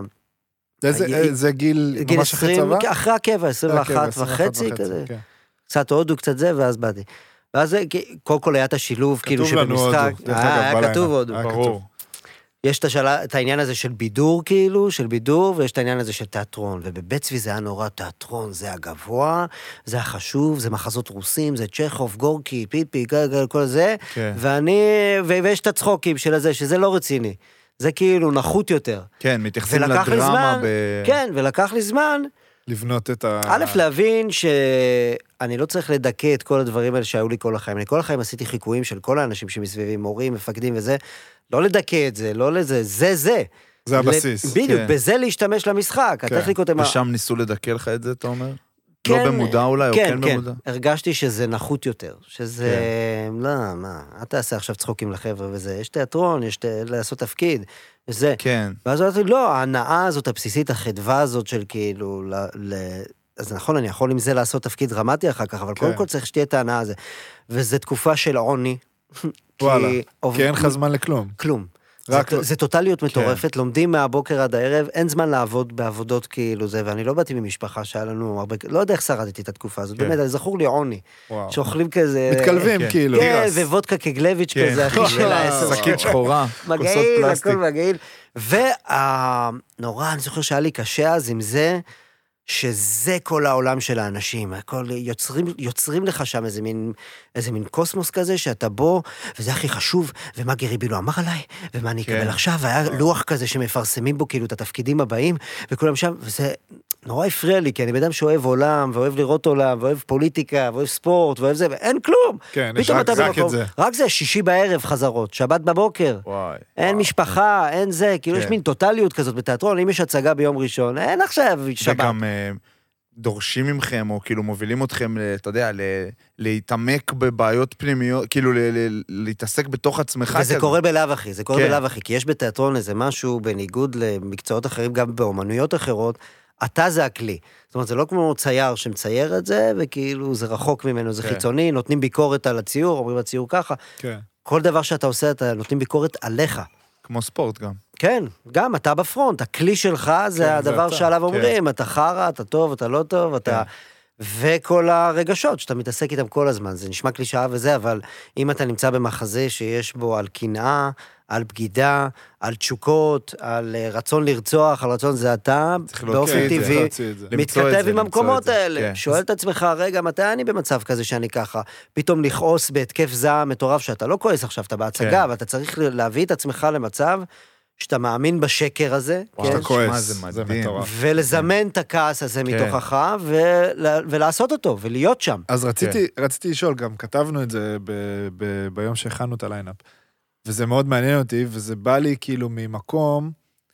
זה גיל ממש אחרי צבא? אחרי הקבע, עשרים ואחת וחצי כזה, קצת הודו, קצת זה, ואז באתי. ואז קודם כל היה את השילוב, כאילו שבמשחק, היה כתוב עוד, ברור. יש את העניין הזה של בידור, כאילו, של בידור, ויש את העניין הזה של תיאטרון, ובבית צבי זה היה נורא תיאטרון, זה הגבוה, זה החשוב, זה מחזות רוסים, זה צ'כוב, גורקי, פיפי, כל זה, ואני, ויש את הצחוקים של הזה, שזה לא רציני, זה כאילו נחות יותר. כן, מתייחסים לדרמה. כן, ולקח לי זמן, לבנות את ה... א', להבין שאני לא צריך לדכא את כל הדברים האלה שהיו לי כל החיים. אני כל החיים עשיתי חיקויים של כל האנשים שמסביבים, מורים, מפקדים וזה, לא לדכא את זה, לא לזה, זה זה. זה הבסיס. בדיוק, בזה להשתמש למשחק. ושם ניסו לדכא לך את זה, אתה אומר? לא במודע אולי, או כן במודע? כן, הרגשתי שזה נחות יותר, שזה, לא, מה, אתה תעשה עכשיו צחוקים לחבר'ה וזה, יש תיאטרון, יש לעשות תפקיד, וזה. כן. ואז אמרתי, לא, ההנאה הזאת הבסיסית, החדווה הזאת של כאילו, אז נכון, אני יכול עם זה לעשות תפקיד דרמטי אחר כך, אבל קודם כל צריך שתהיה את ההנאה הזה. וזו תקופה של עוני. וואלה, כי אין לך זמן לכלום. כלום. זה טוטליות מטורפת, לומדים מהבוקר עד הערב, אין זמן לעבוד בעבודות כאילו זה, ואני לא באתי ממשפחה שהיה לנו הרבה, לא יודע איך שרדתי את התקופה הזאת, באמת, אני זכור לי עוני, שאוכלים כזה... מתקלבים כאילו. כן, ווודקה כגלביץ' כזה, אחי של העשר. שקית שחורה, מגעיל, הכל מגעיל. ונורא, אני זוכר שהיה לי קשה אז עם זה, שזה כל העולם של האנשים, הכל יוצרים, יוצרים לך שם איזה מין, איזה מין קוסמוס כזה, שאתה בו, וזה הכי חשוב, ומה גרי בילו אמר עליי, ומה אני אקבל עכשיו, והיה לוח כזה שמפרסמים בו כאילו את התפקידים הבאים, וכולם שם, וזה נורא הפריע לי, כי אני בדם שאוהב עולם, ואוהב לראות עולם, ואוהב פוליטיקה, ואוהב ספורט, ואוהב זה, ואין כלום. כן, יש רק, רק את זה. רק זה, שישי בערב חזרות, שבת בבוקר. וואי, אין וואי. משפחה, אין זה, כאילו כן. יש מין טוטליות כזאת בתיאטרון, אם יש הצגה ביום ראשון, אין עכשיו שבת. וגם דורשים ממכם, או כאילו מובילים אתכם, אתה יודע, להתעמק בבעיות פנימיות, כאילו להתעסק בתוך עצמך. וזה קורה בלאו אחי, זה קורה בלאו אחי, כי יש בתיאטרון איזה משהו, בניגוד למקצועות אחרים, גם באומנויות אחרות, אתה זה הכלי. זאת אומרת, זה לא כמו צייר שמצייר את זה, וכאילו זה רחוק ממנו, זה חיצוני, נותנים ביקורת על הציור, אומרים הציור ככה. כל דבר שאתה עושה, אתה נותנים ביקורת עליך. כמו ספורט גם. כן, גם אתה בפרונט, הכלי שלך זה הדבר שעליו אומרים, אתה חרה, אתה טוב, אתה לא טוב, אתה... וכל הרגשות שאתה מתעסק איתם כל הזמן, זה נשמע קלישאה וזה, אבל אם אתה נמצא במחזה שיש בו על קנאה, על בגידה, על תשוקות, על רצון לרצוח, על רצון זה אתה, באופן טבעי, מתכתב עם המקומות האלה, שואל את עצמך, רגע, מתי אני במצב כזה שאני ככה, פתאום לכעוס בהתקף זעם מטורף, שאתה לא כועס עכשיו, אתה בהצגה, ואתה צריך להביא את עצמך למצב, שאתה מאמין בשקר הזה, שאתה כועס, זה מטורף. ולזמן את הכעס הזה מתוכך, ולעשות אותו, ולהיות שם. אז רציתי לשאול, גם כתבנו את זה ביום שהכנו את הליינאפ, וזה מאוד מעניין אותי, וזה בא לי כאילו ממקום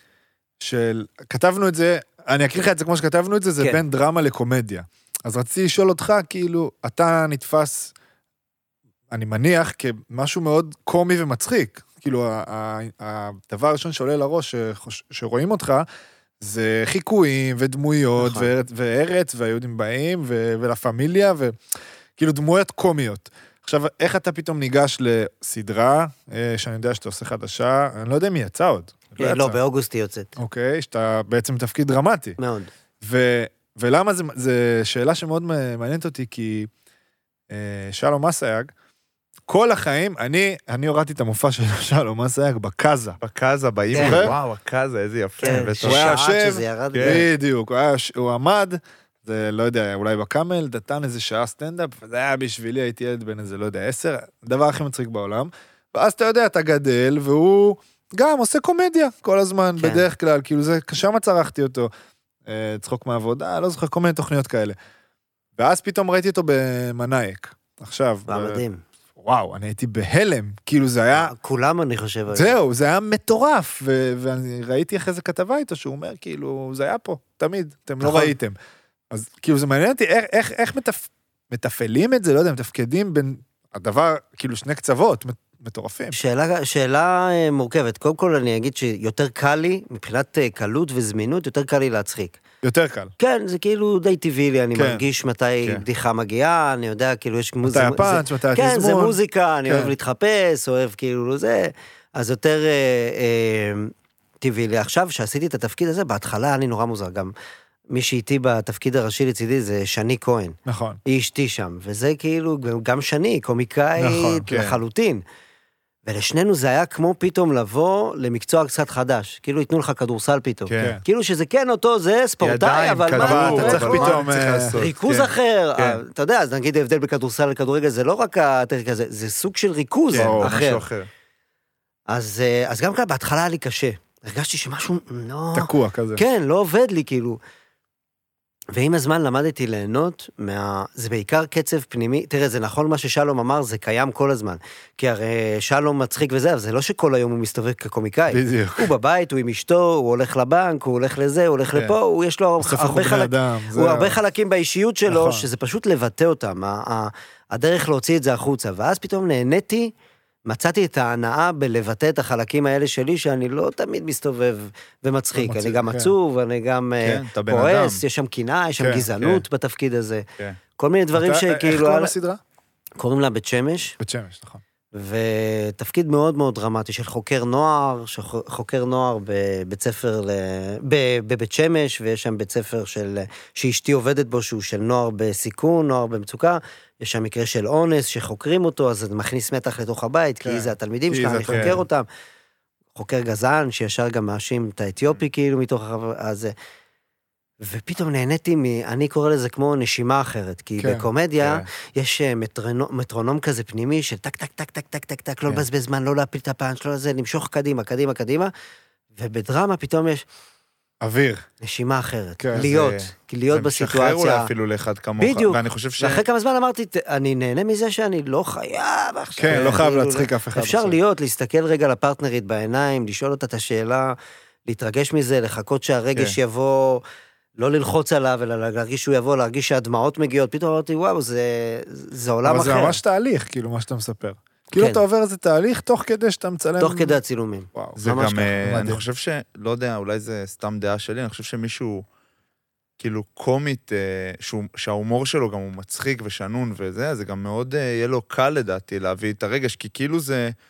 של, כתבנו את זה, אני אקריא לך את זה כמו שכתבנו את זה, זה בין דרמה לקומדיה. אז רציתי לשאול אותך, כאילו, אתה נתפס, אני מניח, כמשהו מאוד קומי ומצחיק. כאילו, הדבר הראשון שעולה לראש, שרואים אותך, זה חיקויים ודמויות, וארץ, והיהודים באים, ולפמיליה, וכאילו דמויות קומיות. עכשיו, איך אתה פתאום ניגש לסדרה, שאני יודע שאתה עושה חדשה, אני לא יודע אם היא יצאה עוד. לא, באוגוסט היא יוצאת. אוקיי, שאתה בעצם תפקיד דרמטי. מאוד. ולמה זו שאלה שמאוד מעניינת אותי, כי שלום אסייג, כל החיים, אני, אני הורדתי את המופע של שלום אסייג בקאזה. בקאזה, באים, וואו, הקאזה, איזה יפה. הוא היה יושב, בדיוק, הוא עמד, זה לא יודע, אולי בקאמל, דתן איזה שעה סטנדאפ, וזה היה בשבילי, הייתי ילד בין איזה, לא יודע, עשר, הדבר הכי מצחיק בעולם, ואז אתה יודע, אתה גדל, והוא גם עושה קומדיה כל הזמן, בדרך כלל, כאילו זה, שם צרחתי אותו, צחוק מעבודה, לא זוכר, כל מיני תוכניות כאלה. ואז פתאום ראיתי אותו במנאייק, עכשיו. מדהים. וואו, אני הייתי בהלם, כאילו זה היה... כולם אני חושב. זהו, זה היה מטורף, ואני ראיתי אחרי זה כתבה איתו, שהוא אומר, כאילו, זה היה פה, תמיד, אתם לא ראיתם. אז כאילו זה מעניין אותי, איך, איך, איך מטפ... מטפלים את זה, לא יודע, מתפקדים בין הדבר, כאילו שני קצוות, מטורפים. שאלה, שאלה מורכבת. קודם כל אני אגיד שיותר קל לי, מבחינת קלות וזמינות, יותר קל לי להצחיק. יותר קל. כן, זה כאילו די טבעי לי, אני כן. מרגיש מתי כן. בדיחה מגיעה, אני יודע, כאילו יש... מתי הפאנץ', מתי התזמון. כן, זה מוזיקה, אני כן. אוהב להתחפש, אוהב כאילו זה, אז יותר אה, אה, טבעי לי. עכשיו, שעשיתי את התפקיד הזה, בהתחלה אני נורא מוזר, גם מי שאיתי בתפקיד הראשי לצידי זה שני כהן. נכון. היא אשתי שם, וזה כאילו, גם שני, קומיקאית נכון, לחלוטין. כן. ולשנינו זה היה כמו פתאום לבוא למקצוע קצת חדש, כאילו ייתנו לך כדורסל פתאום. כן. כאילו שזה כן אותו, זה ספורטאי, אבל כדור, מה? אתה צריך פתאום ריכוז כן. אחר. כן. אתה יודע, אז נגיד ההבדל בכדורסל לכדורגל, זה לא רק הטריק הזה, זה סוג של ריכוז כן, אחר. אחר. אז, אז גם כאן בהתחלה היה לי קשה. הרגשתי שמשהו לא... תקוע כזה. כן, לא עובד לי כאילו. ועם הזמן למדתי ליהנות, מה... זה בעיקר קצב פנימי, תראה, זה נכון מה ששלום אמר, זה קיים כל הזמן, כי הרי שלום מצחיק וזה, אבל זה לא שכל היום הוא מסתובב כקומיקאי, בדיוק. הוא בבית, הוא עם אשתו, הוא הולך לבנק, הוא הולך לזה, הוא הולך כן. לפה, הוא יש לו הרבה, חלק... הוא הרבה חלקים באישיות שלו, נכון. שזה פשוט לבטא אותם, הדרך להוציא את זה החוצה, ואז פתאום נהניתי, מצאתי את ההנאה בלבטא את החלקים האלה שלי, שאני לא תמיד מסתובב ומצחיק. אני גם עצוב, אני גם כועס, יש שם קנאה, יש שם גזענות בתפקיד הזה. כל מיני דברים שכאילו... איך קוראים לסדרה? קוראים לה בית שמש. בית שמש, נכון. ותפקיד מאוד מאוד דרמטי של חוקר נוער, חוקר נוער בבית ספר, בבית שמש, ויש שם בית ספר שאשתי עובדת בו, שהוא של נוער בסיכון, נוער במצוקה, יש שם מקרה של אונס שחוקרים אותו, אז זה מכניס מתח לתוך הבית, כי זה התלמידים שלך, אני חוקר אותם, חוקר גזען, שישר גם מאשים את האתיופי, כאילו, מתוך הזה, ופתאום נהניתי, אני קורא לזה כמו נשימה אחרת, כי בקומדיה יש מטרונום כזה פנימי, של טק, טק, טק, טק, טק, טק, טק, לא לבזבז זמן, לא להפיל את הפאנץ', לא לזה, למשוך קדימה, קדימה, קדימה, ובדרמה פתאום יש... אוויר. נשימה אחרת. כן, להיות, זה, כי להיות זה בסיטואציה. זה משחרר אולי אפילו לאחד כמוך. בדיוק. ואני חושב ש... ואחרי כמה זמן אמרתי, אני נהנה מזה שאני לא חייב עכשיו. כן, לא חייב להצחיק אף אחד. אפשר להיות, להסתכל רגע לפרטנרית בעיניים, לשאול אותה את השאלה, להתרגש מזה, לחכות שהרגש כן. יבוא, לא ללחוץ עליו, אלא להרגיש שהוא יבוא, להרגיש שהדמעות מגיעות. פתאום אמרתי, וואו, זה, זה עולם אחר. אבל זה ממש תהליך, כאילו, מה שאתה מספר. כאילו אתה עובר איזה תהליך, תוך כדי שאתה מצלם... תוך כדי הצילומים. זה גם, אני חושב ש... לא יודע, אולי זה סתם דעה שלי, אני חושב שמישהו, כאילו קומית, שההומור שלו גם הוא מצחיק ושנון וזה, זה גם מאוד יהיה לו קל לדעתי להביא את הרגש, כי כאילו זה...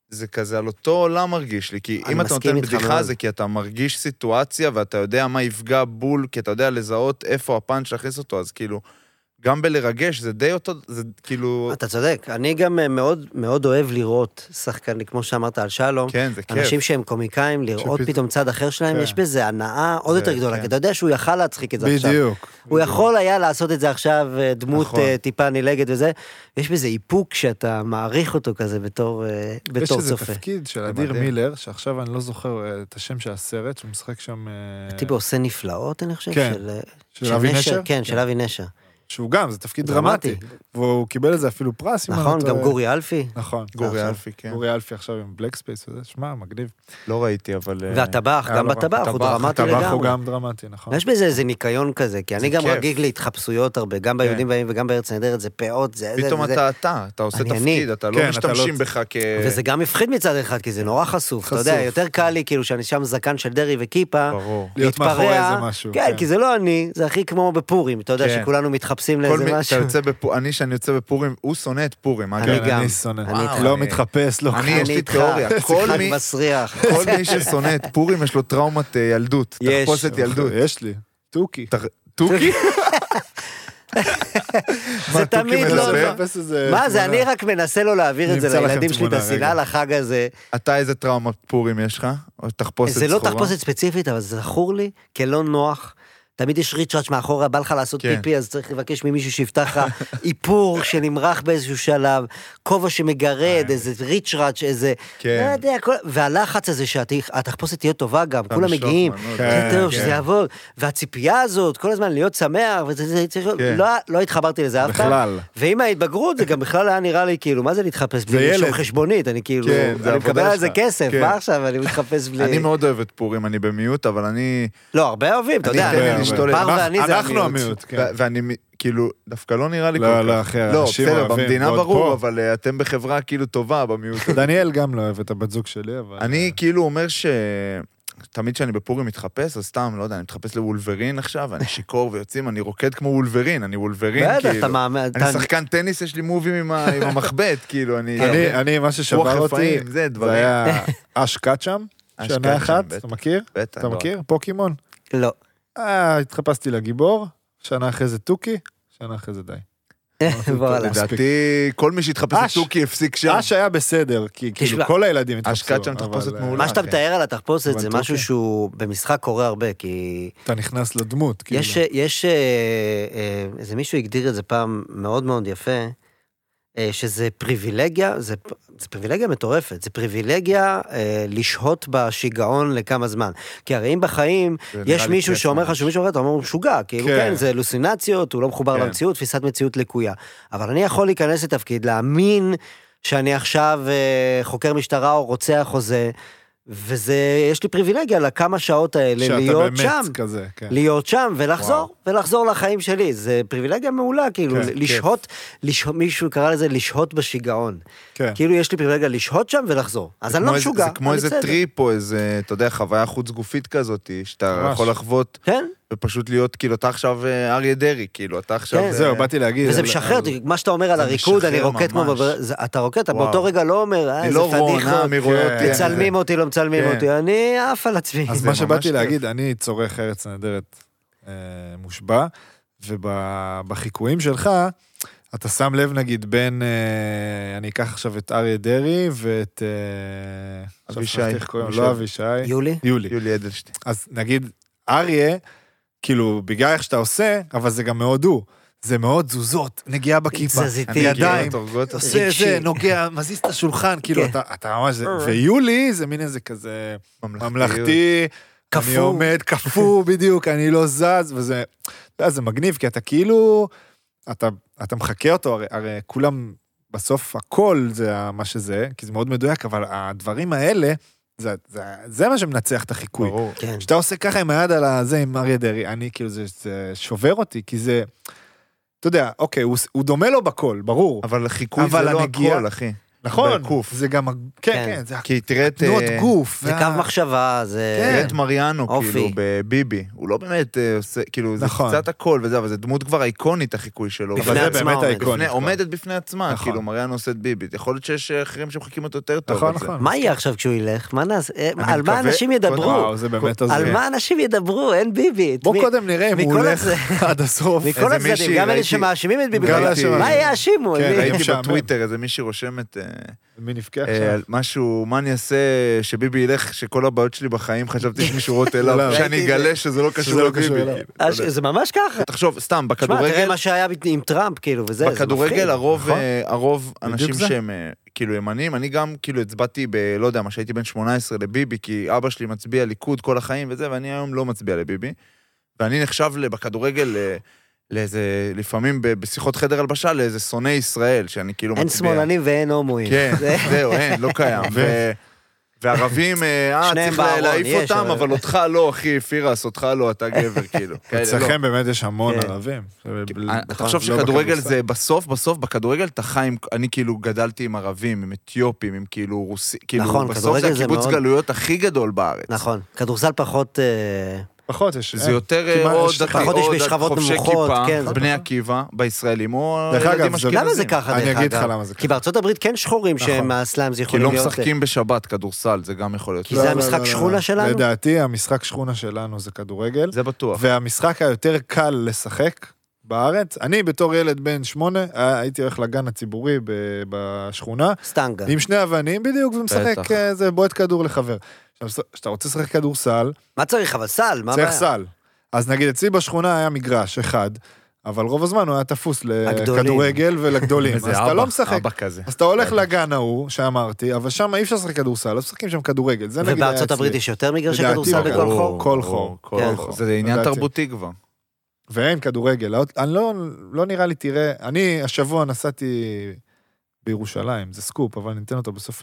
זה כזה על אותו עולם מרגיש לי, כי אם אתה נותן בדיחה זה כי אתה מרגיש סיטואציה, ואתה יודע מה יפגע בול, כי אתה יודע לזהות איפה הפאנץ' להכניס אותו, אז כאילו, גם בלרגש, זה די אותו, זה כאילו... אתה צודק, אני גם מאוד, מאוד אוהב לראות שחקנים, כמו שאמרת על שלום, כן, זה כיף. אנשים שהם קומיקאים, לראות פתאום צד אחר שלהם, כן. יש בזה הנאה עוד יותר גדולה, כי אתה יודע שהוא יכל להצחיק את זה עכשיו. בדיוק. הוא יכול היה לעשות את זה עכשיו, דמות נכון. טיפה נילגת וזה, יש בזה איפוק שאתה מעריך אותו כזה בתור, בתור צופה. יש איזה תפקיד של אדיר מילר, שעכשיו אני לא זוכר את השם של הסרט, שהוא משחק שם... טיפה עושה נפלאות, אני חושב, כן. של, של אבי נשר? כן, של אבי נשר. שהוא גם, זה תפקיד דרמטי. והוא קיבל את זה אפילו פרס. נכון, גם גורי אלפי. נכון. גורי אלפי, כן. גורי אלפי עכשיו עם בלק ספייס וזה, שמע, מגניב. לא ראיתי, אבל... והטבח, גם בטבח, הוא דרמטי לגמרי. הטבח הוא גם דרמטי, נכון. יש בזה איזה ניקיון כזה, כי אני גם רגיג להתחפשויות הרבה, גם ביהודים באים וגם בארץ נהדרת, זה פאות, זה... פתאום אתה אתה, אתה עושה תפקיד, אתה לא משתמשים בך כ... וזה גם מפחיד מצד אחד, כי זה נורא חשוף, אתה יודע, יותר קל לי, כאילו, שאני שם זקן של דרי וכיפה, להיות מאחורי איזה משהו. כן, כי זה לא אני, זה הכי כמו בפורים, אתה יודע, שכולנו מתחפשים לאיזה משהו. אני, שאני יוצא בפורים, הוא שונא את פורים. אני גם. אני שונא. לא מתחפש, לא... אני, יש לי תיאוריה. כל מי... מסריח. כל מי ששונא את פורים, יש לו טראומת ילדות. יש. תחפושת ילדות. יש לי. טוקי. טוקי? זה תמיד לא... מה זה, אני רק מנסה לו להעביר את זה לילדים שלי, את השנאה לחג הזה. אתה איזה טראומת פורים יש לך? או תחפושת סחורה? זה לא תחפושת ספציפית, אבל זה זכור לי כלא נוח. תמיד יש ריצ'ראץ' מאחורה, בא לך לעשות כן. פיפי, אז צריך לבקש ממישהו שיפתח לך איפור שנמרח באיזשהו שלב, כובע שמגרד, איזה ריצ'ראץ', איזה... כן. לא יודע, כל... והלחץ הזה שהתחפושת תהיה טובה גם, כולם מגיעים, כן, זה טוב, כן. שזה יעבוד, והציפייה הזאת, כל הזמן להיות שמח, וזה, זה, צריך... כן. לא, לא התחברתי לזה אף פעם. בכלל. ועם ההתבגרות, זה גם בכלל היה נראה לי, כאילו, מה זה להתחפש בלי שום חשבונית? אני כאילו, כן, אני מקבל על זה כסף, כן. מה עכשיו? אני מתחפש בלי... אני מאוד אוהב את פורים, אני במיעוט, אבל אני... לא, הרבה אוהבים, אתה יודע, בר ואני זה אנחנו המיעוט, כן. ואני כאילו, דווקא לא נראה לי כל לא, כך. לא, אחי, לא, אנשים בסדר, אוהבים. במדינה ועוד ברור, פה. אבל אה, אתם בחברה כאילו טובה במיעוט. דניאל גם לא אוהב את הבת זוג שלי, אבל... אני כאילו אומר ש... תמיד שאני בפורים מתחפש, אז סתם, לא יודע, אני מתחפש לוולברין עכשיו, אני שיקור ויוצאים, אני רוקד כמו וולברין, אני וולברין, כאילו. אני שחקן טניס, יש לי מובים עם המחבט, כאילו, אני... אני, מה ששבר אותי, זה זה היה אש קאצ'ם, שנה אחת, אתה מכיר? בטח. אתה מכיר? פוקימון? לא. אה, התחפשתי לגיבור, שנה אחרי זה טוקי, שנה אחרי זה די. לדעתי, כל מי שהתחפש לטוקי הפסיק שם. אש היה בסדר, כי כאילו כל הילדים התחפשו. השקעת שם תחפושת מעולה. מה שאתה מתאר על התחפושת זה משהו שהוא במשחק קורה הרבה, כי... אתה נכנס לדמות, כאילו. יש, איזה מישהו הגדיר את זה פעם מאוד מאוד יפה, שזה פריבילגיה, זה, זה פריבילגיה מטורפת, זה פריבילגיה אה, לשהות בשיגעון לכמה זמן. כי הרי אם בחיים יש מישהו שאומר לך שמישהו אחר, אתה אומר הוא משוגע, כאילו כן, כן זה לוסינציות, הוא לא מחובר כן. למציאות, תפיסת מציאות לקויה. אבל אני יכול להיכנס לתפקיד, להאמין שאני עכשיו אה, חוקר משטרה או רוצח או זה, וזה, יש לי פריבילגיה לכמה שעות האלה להיות שם, כזה, כן. להיות שם ולחזור, וואו. ולחזור לחיים שלי, זה פריבילגיה מעולה, כאילו, כן, לשהות, לשהות, מישהו קרא לזה לשהות בשיגעון, כן. כאילו יש לי פריבילגיה לשהות שם ולחזור, אז אני לא משוגע. זה כמו איזה טריפ או איזה, אתה יודע, חוויה חוץ גופית כזאת, שאתה יכול לחוות, כן? ופשוט להיות, כאילו, אתה עכשיו אריה דרי, כאילו, אתה עכשיו... כן, זהו, באתי להגיד. וזה משחרר, מה שאתה אומר על הריקוד, אני רוקט כמו... אתה רוקט, אתה באותו רגע לא אומר, איזה פדיחה, מצלמים אותי, לא מצלמים אותי, אני אף על עצמי. אז מה שבאתי להגיד, אני צורך ארץ נהדרת מושבע, ובחיקויים שלך, אתה שם לב, נגיד, בין, אני אקח עכשיו את אריה דרי, ואת... אבישי. לא אבישי. יולי? יולי. יולי אדלשטיין. אז נגיד, אריה, כאילו, בגלל איך שאתה עושה, אבל זה גם מאוד הוא. זה מאוד זוזות, נגיעה בכיפה. תזזיתי. ידיים, עושה זה, נוגע, מזיז את השולחן, כאילו, אתה ממש... ויולי זה מין איזה כזה ממלכתי, אני עומד, כפו בדיוק, אני לא זז, וזה... זה מגניב, כי אתה כאילו... אתה מחכה אותו, הרי כולם, בסוף הכל זה מה שזה, כי זה מאוד מדויק, אבל הדברים האלה, זה, זה, זה מה שמנצח את החיקוי. כן. שאתה עושה ככה עם היד על הזה, עם אריה דרי, אני כאילו, זה, זה שובר אותי, כי זה, אתה יודע, אוקיי, הוא, הוא דומה לו בכל, ברור. אבל החיקוי זה לא הכל, אחי. נכון, זה גם, כן, כן, זה תנועות גוף. זה קו מחשבה, זה... תראה את מריאנו, כאילו, בביבי. הוא לא באמת עושה, כאילו, זה קצת הכל וזה, אבל זה דמות כבר אייקונית, החיקוי שלו. בפני עצמה עומדת. עומדת בפני עצמה, כאילו, מריאנו עושה את ביבי. יכול להיות שיש אחרים שמחכים אותו יותר טוב. נכון, נכון. מה יהיה עכשיו כשהוא ילך? על מה אנשים ידברו? על מה אנשים ידברו? אין ביבי. בוא קודם נראה אם הוא הולך עד הסוף. מכל הצדדים, גם אלה שמאשימים את ביבי. מה יאשימו? ראיתי בטוויטר איזה מישהי רושמת מי נפקח שם? משהו, מה אני אעשה שביבי ילך, שכל הבעיות שלי בחיים חשבתי שמשורות אליו, שאני אגלה שזה לא קשור לביבי. זה ממש ככה. תחשוב, סתם, בכדורגל... תראה מה שהיה עם טראמפ, כאילו, וזה, זה מפחיד. בכדורגל הרוב אנשים שהם כאילו ימנים, אני גם כאילו הצבעתי ב... לא יודע מה, שהייתי בן שמונה עשרה לביבי, כי אבא שלי מצביע ליכוד כל החיים וזה, ואני היום לא מצביע לביבי. ואני נחשב בכדורגל לאיזה, לפעמים בשיחות חדר הלבשה, לאיזה שונא ישראל, שאני כאילו מצביע. אין שמאלנים ואין הומואים. כן, זהו, אין, לא קיים. וערבים, אה, צריך להעיף אותם, אבל אותך לא, אחי, פירס, אותך לא, אתה גבר, כאילו. אצלכם באמת יש המון ערבים. תחשוב שכדורגל זה בסוף, בסוף, בכדורגל אתה חי, אני כאילו גדלתי עם ערבים, עם אתיופים, עם כאילו רוסי, כאילו, בסוף זה הקיבוץ גלויות הכי גדול בארץ. נכון, כדורסל פחות... פחות יש. זה יותר עוד חובשי כיפה, בני עקיבא, בישראלים, או ילדים אשכנזים. למה זה ככה, דרך אגב? אני אגיד לך למה זה ככה. כי בארצות הברית כן שחורים שהם הסלאם, זה יכולים להיות... כי לא משחקים בשבת כדורסל, זה גם יכול להיות. כי זה המשחק שכונה שלנו? לדעתי, המשחק שכונה שלנו זה כדורגל. זה בטוח. והמשחק היותר קל לשחק בארץ, אני בתור ילד בן שמונה, הייתי הולך לגן הציבורי בשכונה. סטנגה. עם שני אבנים, בדיוק, ומשחק, זה בועט כדור לחבר. כשאתה רוצה לשחק כדורסל... מה צריך? אבל סל, מה צריך סל. אז נגיד, אצלי בשכונה היה מגרש אחד, אבל רוב הזמן הוא היה תפוס לכדורגל ולגדולים. אז אתה לא משחק. אז אתה הולך לגן ההוא, שאמרתי, אבל שם אי אפשר לשחק כדורסל, לא משחקים שם כדורגל. ובארצות הברית יש יותר מגרשי כדורסל בכל חור? כל חור. זה עניין תרבותי כבר. ואין כדורגל. אני לא נראה לי, תראה, אני השבוע נסעתי בירושלים, זה סקופ, אבל ניתן אותו בסוף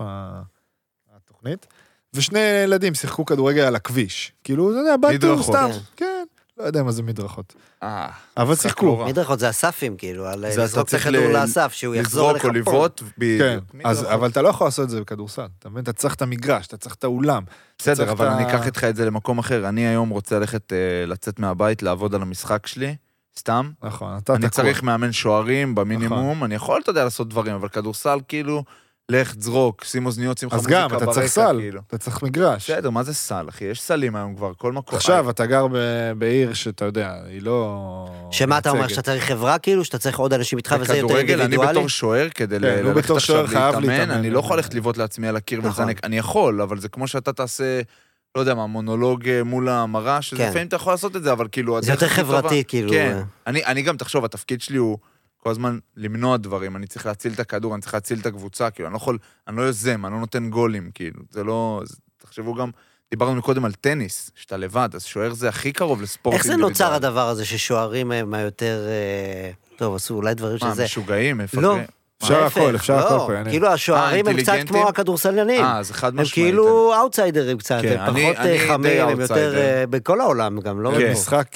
התוכנית. ושני ילדים שיחקו כדורגל על הכביש. כאילו, זה יודע, בטור סתם. כן, לא יודע מה זה מדרכות. אבל שיחקו. מדרכות זה אספים, כאילו, על לזרוק את הכדור לאסף, שהוא יחזור לזרוק או לבעוט. כן, אבל אתה לא יכול לעשות את זה בכדורסל. אתה מבין, אתה צריך את המגרש, אתה צריך את האולם. בסדר, אבל אני אקח איתך את זה למקום אחר. אני היום רוצה ללכת, לצאת מהבית, לעבוד על המשחק שלי, סתם. נכון, אתה תקוע. אני צריך מאמן שוערים במינימום, אני יכול, אתה יודע, לעשות דברים, אבל כדורסל, כאילו, לך, זרוק, שים אוזניות, שים לך מוזיקה ברקע, אז גם, אתה צריך סל, אתה צריך מגרש. בסדר, מה זה סל, אחי? יש סלים היום כבר, כל מקום. עכשיו, אתה גר בעיר שאתה יודע, היא לא... שמה אתה אומר, שאתה צריך חברה כאילו, שאתה צריך עוד אנשים איתך, וזה יותר אינדיבידואלי? אני בתור שוער, כדי ללכת עכשיו להתאמן, אני לא יכול ללכת לבעוט לעצמי על הקיר ולזנק, אני יכול, אבל זה כמו שאתה תעשה, לא יודע מה, מונולוג מול המראה, שלפעמים אתה יכול לעשות את זה, אבל כאילו... זה יותר חברתי, כאילו. כן, אני גם, תחשוב, התפקיד שלי הוא כל הזמן למנוע דברים, אני צריך להציל את הכדור, אני צריך להציל את הקבוצה, כאילו, אני לא יכול, אני לא יוזם, אני לא נותן גולים, כאילו, זה לא, תחשבו גם, דיברנו מקודם על טניס, שאתה לבד, אז שוער זה הכי קרוב לספורט. איך זה נוצר הדבר הזה ששוערים הם היותר, טוב, עשו אולי דברים שזה... מה, משוגעים, לא. אפשר הכל, אפשר הכל. כאילו השוערים הם קצת כמו הכדורסלנים. אה, זה חד משמעית. הם כאילו אאוטסיידרים קצת, הם פחות חמים, הם יותר בכל העולם גם, לא? משחק,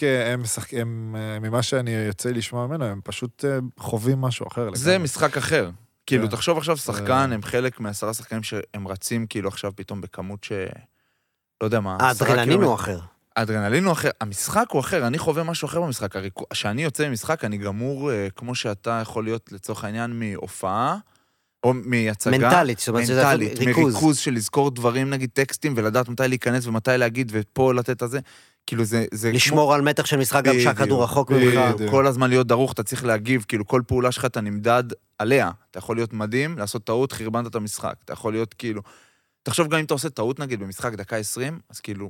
הם, ממה שאני יוצא לשמוע ממנו, הם פשוט חווים משהו אחר. זה משחק אחר. כאילו, תחשוב עכשיו שחקן, הם חלק מעשרה שחקנים שהם רצים כאילו עכשיו פתאום בכמות ש... לא יודע מה. האדרנלין הוא אחר. האדרנלין הוא אחר, המשחק הוא אחר, אני חווה משהו אחר במשחק, כשאני יוצא ממשחק, אני גמור, כמו שאתה יכול להיות לצורך העניין מהופעה, או מהצגה, מנטלית, זאת אומרת, מנטלית, מריכוז של לזכור דברים, נגיד טקסטים, ולדעת מתי להיכנס ומתי להגיד, ופה לתת את זה, כאילו זה... זה לשמור כמו... על מתח של משחק, גם שהכדור רחוק ממך. כל הזמן להיות דרוך, אתה צריך להגיב, כאילו כל פעולה שלך אתה נמדד עליה, אתה יכול להיות מדהים, לעשות טעות, חרבנת את המשחק, אתה יכול להיות כאילו... תחשוב גם אם אתה עושה טעות, נגיד, במשחק דקה עשרים, אז כאילו,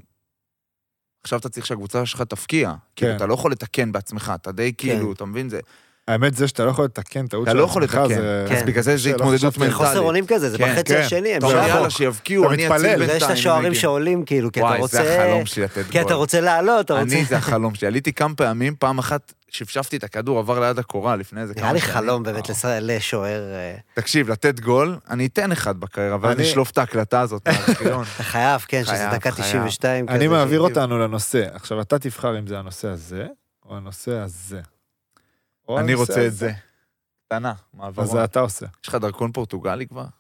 עכשיו אתה צריך שהקבוצה שלך תפקיע, כאילו, אתה לא יכול לתקן בעצמך, אתה די כאילו, אתה מבין זה. האמת זה שאתה לא יכול לתקן טעות שלך. אתה לא יכול לתקן, אז בגלל זה זה התמודדות מנטלית. חוסר אונים כזה, זה בחצי השני, אתה אומר יאללה שיבקיעו, אני אציל בינתיים. ויש את השוערים שעולים, כאילו, כי אתה רוצה... וואי, זה החלום שלי לתת גול. כי אתה רוצה לעלות, אני, זה החלום שלי. עליתי כמה פעמים, פעם אחת שפשפתי את הכדור, עבר ליד הקורה לפני איזה כמה שנים. היה לי חלום באמת לשוער... תקשיב, לתת גול, אני אתן אחד בקריירה, ואז נשלוף את ההקלטה הזאת מהארכיון. אתה חייב, כן, שזה דקה תשעים ושתיים. אני מעביר אותנו לנושא. עכשיו, אתה תבחר אם זה הנושא הזה, או הנושא הזה. אני רוצה את זה. קטנה, מעברה. אז זה אתה עושה. יש לך דרכון פורטוגלי כבר?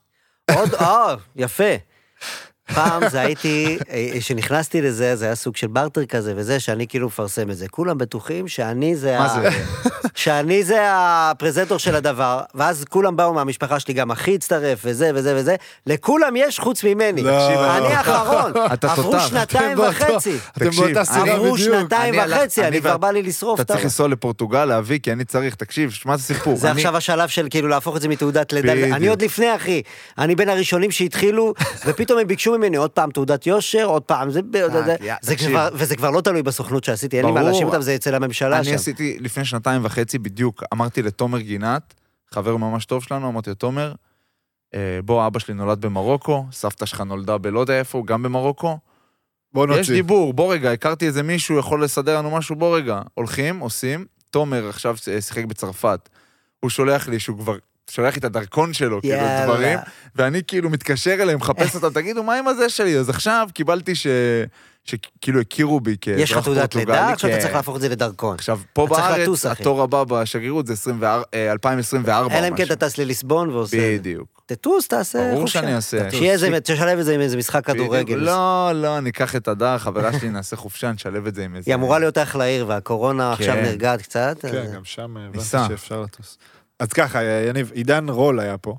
עוד, אה, יפה. פעם זה הייתי, שנכנסתי לזה, זה היה סוג של בארטר כזה, וזה שאני כאילו מפרסם את זה. כולם בטוחים שאני זה... מה זה? שאני זה הפרזנטור של הדבר, ואז כולם באו מהמשפחה שלי, גם אחי הצטרף, וזה וזה וזה, לכולם יש חוץ ממני. אני האחרון. עברו שנתיים וחצי. עברו שנתיים וחצי, אני כבר בא לי לשרוף. אתה צריך לנסוע לפורטוגל, להביא, כי אני צריך, תקשיב, מה זה סיפור? זה עכשיו השלב של כאילו להפוך את זה מתעודת לידה. אני עוד לפני, אחי. אני בין הראשונים שהתחילו, ופתאום הם ביקשו ממני עוד פעם תעודת יושר, עוד פעם זה, וזה כבר לא תלוי בסוכנות שעשיתי, אין לי מה להאשים אותם, זה אצל הממשלה שם. אני עשיתי לפני שנתיים וחצי בדיוק, אמרתי לתומר גינת, חבר ממש טוב שלנו, אמרתי לתומר, בוא, אבא שלי נולד במרוקו, סבתא שלך נולדה בלא יודע איפה, גם במרוקו, יש דיבור, בוא רגע, הכרתי איזה מישהו, יכול לסדר לנו משהו, בוא רגע, הולכים, עושים, תומר עכשיו שיחק בצרפת, הוא שולח לי שהוא כבר שולח לי את הדרכון שלו, כאילו, דברים, ואני כאילו מתקשר אליהם, מחפש אותם, תגידו, מה עם הזה שלי? אז עכשיו קיבלתי ש... שכאילו הכירו בי כאזרח יש לך תעודת לידה, עכשיו אתה צריך להפוך את זה לדרכון. עכשיו, פה בארץ, התור הבא בשגרירות זה אלפיים עשרים וארבע. אלא אם כן אתה טס לליסבון ועושה... בדיוק. תטוס, תעשה... ברור שאני אעשה. תשלב את זה עם איזה משחק כדורגל. לא, לא, אני אקח את הדר, חברה שלי, נעשה חופשה, נשלב את זה עם איזה... היא אמורה להיות אחלה עיר, והקורונה עכשיו נרגעת קצת. כן, גם שם הבנתי שאפשר לטוס. אז ככה, יניב, עידן רול היה פה.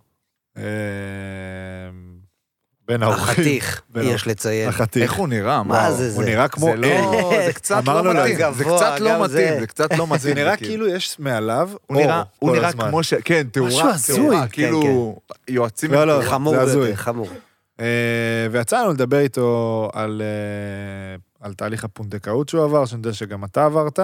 בין האורחים. החתיך, יש לציין. החתיך. איך הוא נראה? מה זה זה? הוא נראה כמו... זה לא, זה קצת לא מתאים. זה קצת לא מתאים, זה קצת לא מתאים. זה נראה כאילו יש מעליו אור הוא נראה כמו ש... כן, תאורה, תאורה, כאילו יועצים... לא, לא, חמור, חמור. ויצאנו לדבר איתו על תהליך הפונדקאות שהוא עבר, שאני יודע שגם אתה עברת,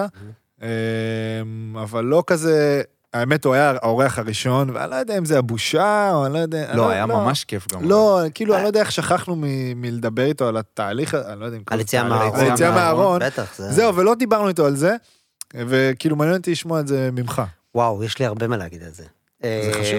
אבל לא כזה... האמת הוא היה האורח הראשון, ואני לא יודע אם זה הבושה, או אני לא יודע... לא, היה ממש כיף גם. לא, כאילו, אני לא יודע איך שכחנו מלדבר איתו על התהליך, אני לא יודע אם... על יציאה מהארון. על יציאה מהארון. זהו, ולא דיברנו איתו על זה, וכאילו מעניין אותי לשמוע את זה ממך. וואו, יש לי הרבה מה להגיד על זה. זה חשוב.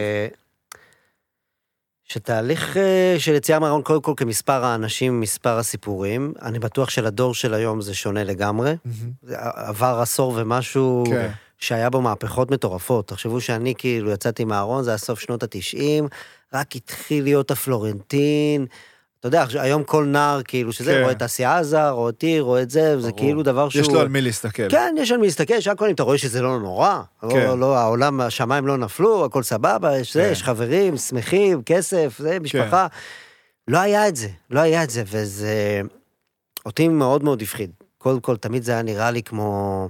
שתהליך של יציאה מהארון, קודם כל כמספר האנשים, מספר הסיפורים, אני בטוח שלדור של היום זה שונה לגמרי. עבר עשור ומשהו... שהיה בו מהפכות מטורפות. תחשבו שאני כאילו יצאתי מהארון, זה היה סוף שנות התשעים, רק התחיל להיות הפלורנטין, אתה יודע, היום כל נער כאילו שזה, כן. רואה את אסי עזר, רואה אותי, רואה את זה, וזה כאילו דבר שהוא... יש לו על מי להסתכל. כן, יש על מי להסתכל, יש הכל, אם אתה רואה שזה לא נורא, כן. לא, לא, העולם, השמיים לא נפלו, הכל סבבה, יש כן. זה, יש חברים, שמחים, כסף, זה, משפחה. כן. לא היה את זה, לא היה את זה, וזה... אותי מאוד מאוד הפחיד. קודם כל, תמיד זה היה נראה לי כמו...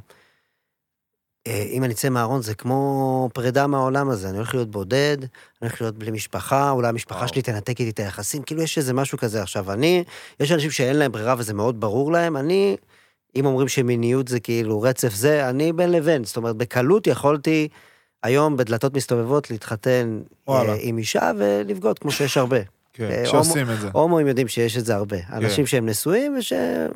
אם אני אצא מהארון, זה כמו פרידה מהעולם הזה, אני הולך להיות בודד, אני הולך להיות בלי משפחה, אולי המשפחה שלי תנתק איתי את היחסים, כאילו יש איזה משהו כזה. עכשיו, אני, יש אנשים שאין להם ברירה וזה מאוד ברור להם, אני, אם אומרים שמיניות זה כאילו רצף זה, אני בין לבין, זאת אומרת, בקלות יכולתי היום בדלתות מסתובבות להתחתן עם אישה ולבגוד, כמו שיש הרבה. כן, שעושים את זה. הומואים יודעים שיש את זה הרבה. אנשים שהם נשואים ושהם,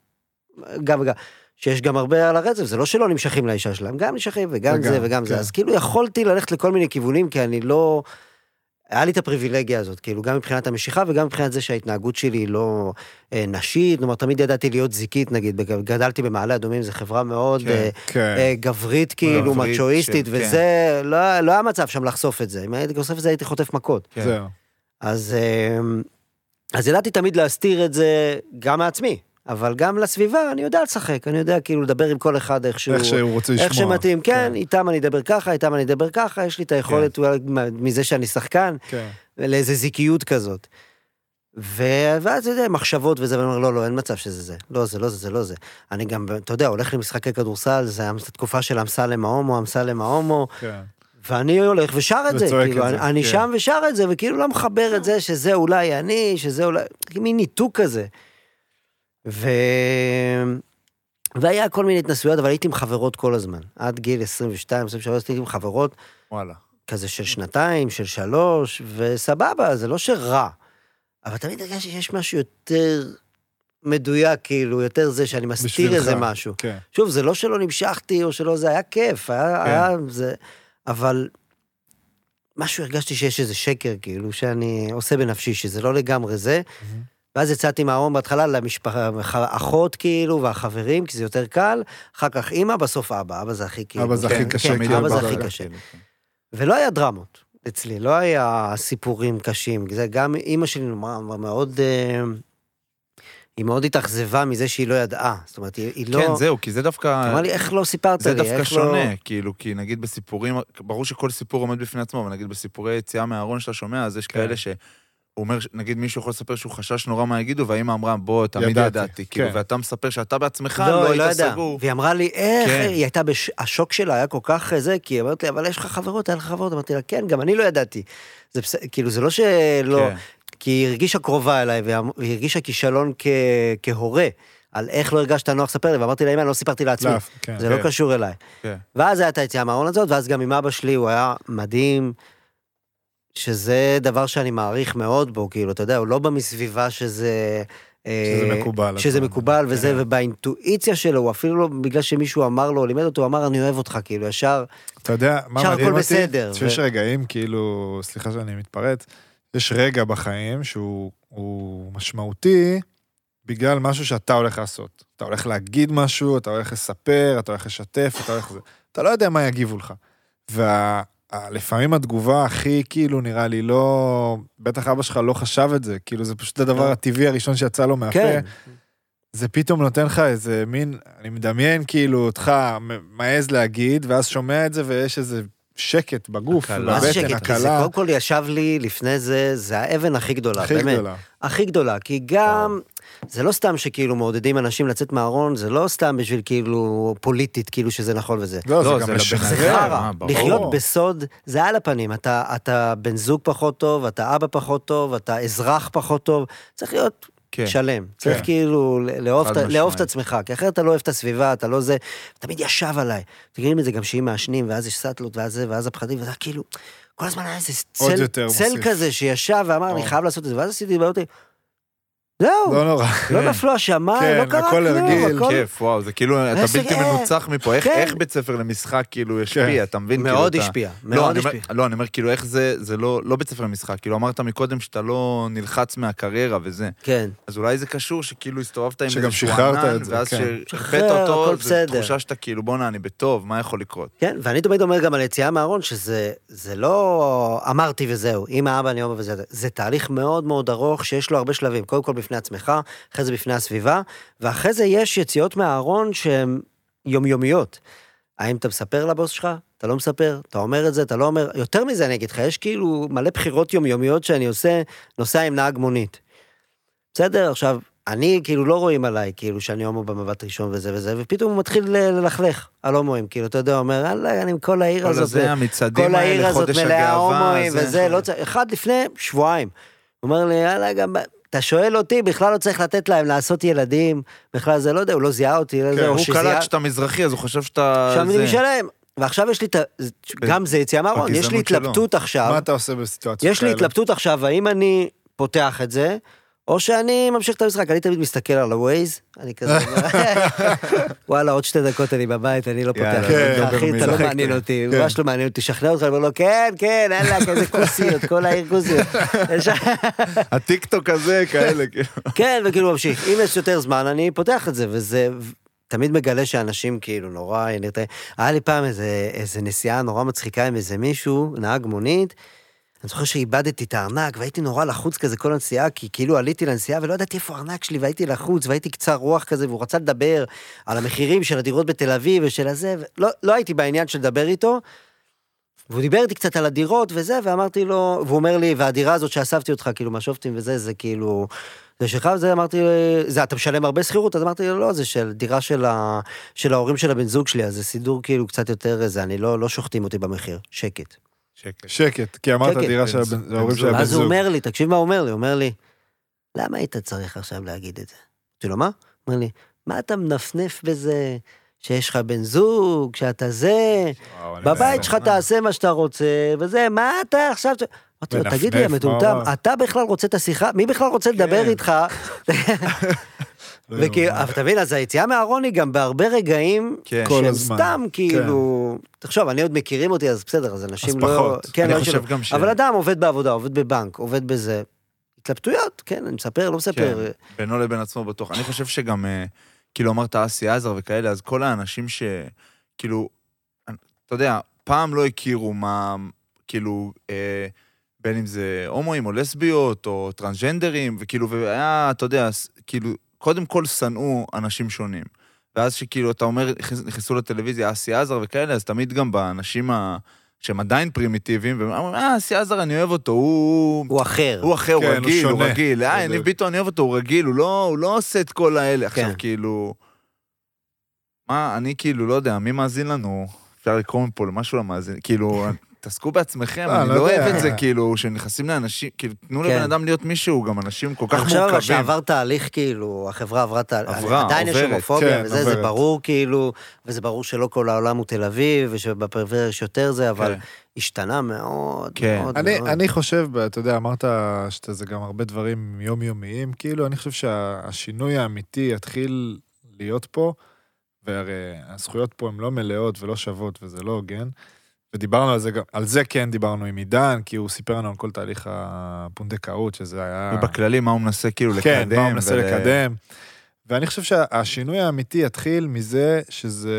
גם וגם. שיש גם הרבה על הרצף, זה לא שלא נמשכים לאישה שלהם, גם נמשכים וגם זה וגם זה, אז כאילו יכולתי ללכת לכל מיני כיוונים, כי אני לא, היה לי את הפריבילגיה הזאת, כאילו גם מבחינת המשיכה, וגם מבחינת זה שההתנהגות שלי היא לא נשית, כלומר, תמיד ידעתי להיות זיקית, נגיד, גדלתי במעלה אדומים, זו חברה מאוד גברית, כאילו, מצ'ואיסטית, וזה, לא היה מצב שם לחשוף את זה, אם הייתי חושף את זה, הייתי חוטף מכות. אז ידעתי תמיד להסתיר את זה גם מעצמי, אבל גם לסביבה, אני יודע לשחק, אני יודע כאילו לדבר עם כל אחד איכשהו, איך שהוא רוצה לשמוע. איך שמתאים, כן, איתם אני אדבר ככה, איתם אני אדבר ככה, יש לי את היכולת מזה שאני שחקן, לאיזה זיקיות כזאת. ואז, אתה יודע, מחשבות וזה, ואני אומר, לא, לא, אין מצב שזה זה. לא זה, לא זה, זה לא זה. אני גם, אתה יודע, הולך למשחקי כדורסל, זה התקופה של אמסלם ההומו, אמסלם ההומו, ואני הולך ושר את זה, כאילו, אני שם ושר את זה, וכאילו לא מחבר את זה, שזה אולי אני, שזה אולי, מין ניתוק כזה. ו... והיה כל מיני התנסויות, אבל הייתי עם חברות כל הזמן. עד גיל עשרים ושתיים, עשרים ושלוש, הייתי עם חברות, וואלה. כזה של שנתיים, של שלוש, וסבבה, זה לא שרע. אבל תמיד הרגשתי שיש משהו יותר מדויק, כאילו, יותר זה שאני מסתיר איזה משהו. כן. שוב, זה לא שלא נמשכתי, או שלא זה היה כיף, היה, כן. היה זה, אבל משהו הרגשתי שיש איזה שקר, כאילו, שאני עושה בנפשי, שזה לא לגמרי זה, mm-hmm. ואז יצאתי מהארון בהתחלה למשפחה, אחות כאילו, והחברים, כי זה יותר קל, אחר כך אמא, בסוף אבא, אבא זה הכי כאילו. אבא זה הכי קשה. אבא זה הכי קשה. ולא היה דרמות. אצלי לא היה סיפורים קשים, זה גם אמא שלי מאוד, היא מאוד התאכזבה מזה שהיא לא ידעה, זאת אומרת, היא לא... כן, זהו, כי זה דווקא... אמר לי, איך לא סיפרת לי? זה דווקא שונה, כאילו, כי נגיד בסיפורים, ברור שכל סיפור עומד בפני עצמו, אבל נגיד בסיפורי יציאה מהארון שאתה שומע, אז יש כאלה ש... הוא אומר, נגיד מישהו יכול לספר שהוא חשש נורא מה יגידו, והאמא אמרה, בוא, תמיד ידעתי, כאילו, ואתה מספר שאתה בעצמך לא היית סגור. והיא אמרה לי, איך, היא הייתה, השוק שלה היה כל כך זה, כי היא אמרת לי, אבל יש לך חברות, היה לך חברות, אמרתי לה, כן, גם אני לא ידעתי. זה כאילו, זה לא שלא, כי היא הרגישה קרובה אליי, והיא הרגישה כישלון כהורה, על איך לא הרגשת נוח לספר לי, ואמרתי לה, אמא, אני לא סיפרתי לעצמי, זה לא קשור אליי. ואז הייתה יציאה מהארון הזאת, ואז גם עם אבא שלי, הוא היה מדהים, שזה דבר שאני מעריך מאוד בו, כאילו, אתה יודע, הוא לא במסביבה שזה... שזה מקובל. שזה מקובל וזה, ובאינטואיציה שלו, הוא אפילו לא בגלל שמישהו אמר לו, לימד אותו, הוא אמר, אני אוהב אותך, כאילו, ישר... אתה יודע, מה מדהים אותי? שיש רגעים, כאילו, סליחה שאני מתפרץ, יש רגע בחיים שהוא משמעותי, בגלל משהו שאתה הולך לעשות. אתה הולך להגיד משהו, אתה הולך לספר, אתה הולך לשתף, אתה הולך... אתה לא יודע מה יגיבו לך. וה... לפעמים התגובה הכי כאילו נראה לי לא, בטח אבא שלך לא חשב את זה, כאילו זה פשוט הדבר הטבעי הראשון שיצא לו מהפה, זה פתאום נותן לך איזה מין, אני מדמיין כאילו אותך מעז להגיד, ואז שומע את זה ויש איזה שקט בגוף, בבטן, הקלה. זה קודם כל ישב לי לפני זה, זה האבן הכי גדולה, הכי גדולה. הכי גדולה, כי גם... זה לא סתם שכאילו מעודדים אנשים לצאת מהארון, זה לא סתם בשביל כאילו פוליטית, כאילו שזה נכון וזה. לא, זה גם זה חרא. לחיות בסוד, זה על הפנים. אתה, אתה בן זוג פחות טוב, אתה אבא פחות טוב, אתה אזרח פחות טוב. צריך להיות שלם. צריך כאילו לאהוב את עצמך, כי אחרת אתה לא אוהב את הסביבה, אתה לא זה, תמיד ישב עליי. תגידים את זה גם שהיא מעשנים, ואז יש סטלות, ואז זה, ואז הפחדים, וזה כאילו, כל הזמן היה איזה צל כזה שישב ואמר, אני חייב לעשות את זה, ואז עשיתי בעיות, זהו, לא נורא. לא נפלו השמיים, לא קרה כלום. הרגיל, כיף, וואו, זה כאילו, אתה בלתי מנוצח מפה, איך בית ספר למשחק כאילו השפיע, אתה מבין? מאוד השפיע, מאוד השפיע. לא, אני אומר, כאילו, איך זה, זה לא בית ספר למשחק, כאילו, אמרת מקודם שאתה לא נלחץ מהקריירה וזה. כן. אז אולי זה קשור שכאילו הסתובבת עם איזה שוענן, ואז שהרפאת אותו, זו תחושה שאתה כאילו, בוא אני בטוב, מה יכול לקרות? כן, ואני תמיד אומר גם על יציאה מהארון, שזה לא אמרתי וזהו, אמא, אבא, אני אומר וזה, זה תהליך מאוד מאוד ארוך שיש לו הרבה שלבים, קודם כל בפני עצמך, אחרי זה בפני הסביבה, ואחרי זה יש יציאות מהארון שהן יומיומיות. האם אתה מספר לבוס שלך? אתה לא מספר? אתה אומר את זה? אתה לא אומר? יותר מזה אני אגיד לך, יש כאילו מלא בחירות יומיומיות שאני עושה, נוסע עם נהג מונית. בסדר? עכשיו, אני כאילו לא רואים עליי, כאילו שאני הומו במבט ראשון וזה וזה, ופתאום הוא מתחיל ללכלך על הומואים, כאילו אתה יודע, אומר, אללה, אני עם כל העיר הזאת, כל העיר הזאת מלאה הומואים, וזה לא צריך, אחד לפני שבועיים, הוא אומר לי, אללה, גם... אתה שואל אותי, בכלל לא צריך לתת להם לעשות ילדים, בכלל זה לא יודע, הוא לא זיהה אותי. כן, הוא קלט שאתה מזרחי, אז הוא חושב שאתה... שאני משלם. ועכשיו יש לי, גם זה יציאה מהארון, יש לי התלבטות עכשיו. מה אתה עושה בסיטואציות כאלה? יש לי התלבטות עכשיו, האם אני פותח את זה, או שאני ממשיך את המשחק, אני תמיד מסתכל על הווייז, אני כזה, וואלה, עוד שתי דקות אני בבית, אני לא פותח, אחי, אתה לא מעניין אותי, ממש לא מעניין אותי, תשכנע אותך, אני אומר לו, כן, כן, אין לה כזה כוסיות, כל העיר כוסיות. הטיקטוק הזה, כאלה, כאילו. כן, וכאילו ממשיך, אם יש יותר זמן, אני פותח את זה, וזה... תמיד מגלה שאנשים כאילו נורא, היה לי פעם איזה נסיעה נורא מצחיקה עם איזה מישהו, נהג מונית, אני זוכר שאיבדתי את הארנק, והייתי נורא לחוץ כזה כל הנסיעה, כי כאילו עליתי לנסיעה, ולא ידעתי איפה הארנק שלי, והייתי לחוץ, והייתי קצר רוח כזה, והוא רצה לדבר על המחירים של הדירות בתל אביב, ושל הזה, ולא לא הייתי בעניין של לדבר איתו, והוא דיבר איתי קצת על הדירות וזה, ואמרתי לו, והוא אומר לי, והדירה הזאת שאספתי אותך, כאילו, מהשופטים וזה, זה כאילו, זה שלך, וזה אמרתי, זה, אתה משלם הרבה שכירות, אז אמרתי לו, לא, זה של דירה של, ה, של ההורים של הבן זוג שלי, אז זה סידור כאילו קצת יותר, זה, אני לא, לא שוחטים אותי במחיר, שקט. שקט. שקט, כי אמרת דירה של ההורים של הבן זוג. אז הוא אומר לי, תקשיב מה הוא אומר לי, הוא אומר לי, למה היית צריך עכשיו להגיד את זה? אמרתי לו, מה? הוא אומר לי, מה אתה מנפנף בזה, שיש לך בן זוג, שאתה זה, בבית שלך תעשה מה שאתה רוצה, וזה, מה אתה עכשיו... אמרתי לו, תגיד לי, המטומטם, אתה בכלל רוצה את השיחה? מי בכלל רוצה לדבר איתך? אבל תבין, אז היציאה מהארון היא גם בהרבה רגעים, שהם סתם כאילו, תחשוב, אני עוד מכירים אותי, אז בסדר, אז אנשים לא... אז פחות, אני חושב גם ש... אבל אדם עובד בעבודה, עובד בבנק, עובד בזה, התלבטויות, כן, אני מספר, לא מספר. בינו לבין עצמו בטוח. אני חושב שגם, כאילו אמרת אסי עזר וכאלה, אז כל האנשים ש... כאילו, אתה יודע, פעם לא הכירו מה... כאילו, אה, בין אם זה הומואים או לסביות או טרנסג'נדרים, וכאילו, והיה, אתה יודע, כאילו, קודם כל שנאו אנשים שונים. ואז שכאילו, אתה אומר, נכנסו לטלוויזיה, אסי עזר וכאלה, אז תמיד גם באנשים ה... שהם עדיין פרימיטיביים, והם אומרים, אה, אסי עזר, אני אוהב אותו, הוא... הוא אחר. הוא אחר, הוא רגיל, הוא רגיל. אה, יניב ביטון, אני אוהב אותו, הוא רגיל, הוא לא עושה את כל האלה. עכשיו, כאילו... מה, אני כאילו, לא יודע, מי מאזין לנו? אפשר לקרוא מפה למשהו למאזין, כאילו... תעסקו בעצמכם, אני לא אוהב את זה, כאילו, שנכנסים לאנשים, כאילו, תנו לבן אדם להיות מישהו, גם אנשים כל כך מורכבים. עכשיו שעבר תהליך, כאילו, החברה עברה תהליך, עדיין יש הומופוביה, וזה, זה ברור, כאילו, וזה ברור שלא כל העולם הוא תל אביב, ושבפריפריה יש יותר זה, אבל השתנה מאוד, מאוד. אני חושב, אתה יודע, אמרת שזה גם הרבה דברים יומיומיים, כאילו, אני חושב שהשינוי האמיתי יתחיל להיות פה, והרי הזכויות פה הן לא מלאות ולא שוות, וזה לא הוגן. ודיברנו על זה, על זה כן דיברנו עם עידן, כי הוא סיפר לנו על כל תהליך הפונדקאות, שזה היה... ובכללי, מה הוא מנסה כאילו לקדם. כן, מה הוא מנסה ול... לקדם. ואני חושב שהשינוי האמיתי יתחיל מזה שזה...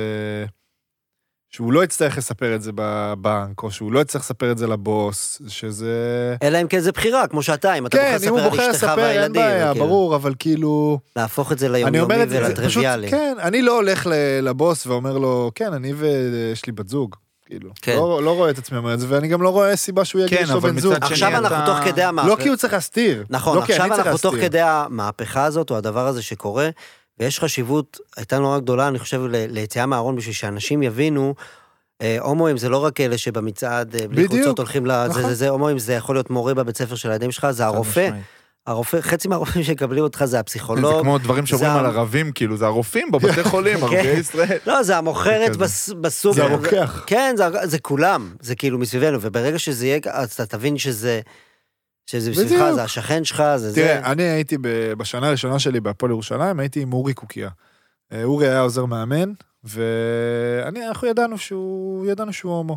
שהוא לא יצטרך לספר את זה בבנק, או שהוא לא יצטרך לספר את זה לבוס, שזה... אלא אם כן זה בחירה, כמו שאתה, אם אתה כן, בוחר לספר על אשתך והילדים. כן, אם הוא בוחר לספר, אין בעיה, כאילו... ברור, אבל כאילו... להפוך את זה ליומיומי ולטריוויאלי. פשוט, כן, אני לא הולך לבוס ואומר לו, כן, אני ויש לי בת זוג. כאילו. כן. לא, לא רואה את עצמי אומר את זה, ואני גם לא רואה סיבה שהוא יגיד כן, לו בן זוג. עכשיו אנחנו אתה... תוך כדי המהפכה. לא כי הוא צריך להסתיר. נכון, לא עכשיו אנחנו תוך כדי המהפכה הזאת, או הדבר הזה שקורה, ויש חשיבות, הייתה נורא גדולה, אני חושב, ליציאה מהארון, בשביל שאנשים יבינו, הומואים זה לא רק אלה שבמצעד, בלי קבוצות הולכים לזה, זה, זה, הומואים זה יכול להיות מורה בבית ספר של הילדים שלך, זה הרופא. הרופא, חצי מהרופאים שקבלים אותך זה הפסיכולוג. זה כמו דברים שאומרים על ערבים, כאילו, זה הרופאים בבתי חולים, ערבי ישראל. לא, זה המוכרת בסופר. זה הרוקח. כן, זה כולם, זה כאילו מסביבנו, וברגע שזה יהיה, אז אתה תבין שזה, שזה בסביבך, זה השכן שלך, זה זה. תראה, אני הייתי בשנה הראשונה שלי בהפועל ירושלים, הייתי עם אורי קוקיה. אורי היה עוזר מאמן, ואנחנו ידענו שהוא, ידענו שהוא הומו.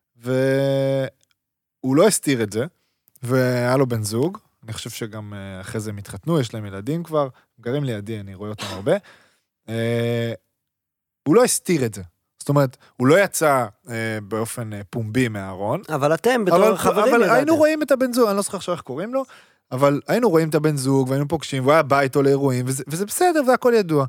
והוא לא הסתיר את זה, והיה לו בן זוג, אני חושב שגם אחרי זה הם התחתנו, יש להם ילדים כבר, גרים לידי, אני רואה אותם הרבה. הוא לא הסתיר את זה. זאת אומרת, הוא לא יצא באופן פומבי מהארון. אבל אתם בתור חברים אבל היינו רואים את הבן זוג, אני לא זוכר עכשיו איך קוראים לו, אבל היינו רואים את הבן זוג, והיינו פוגשים, והוא היה בא איתו לאירועים, וזה בסדר, והכל ידוע.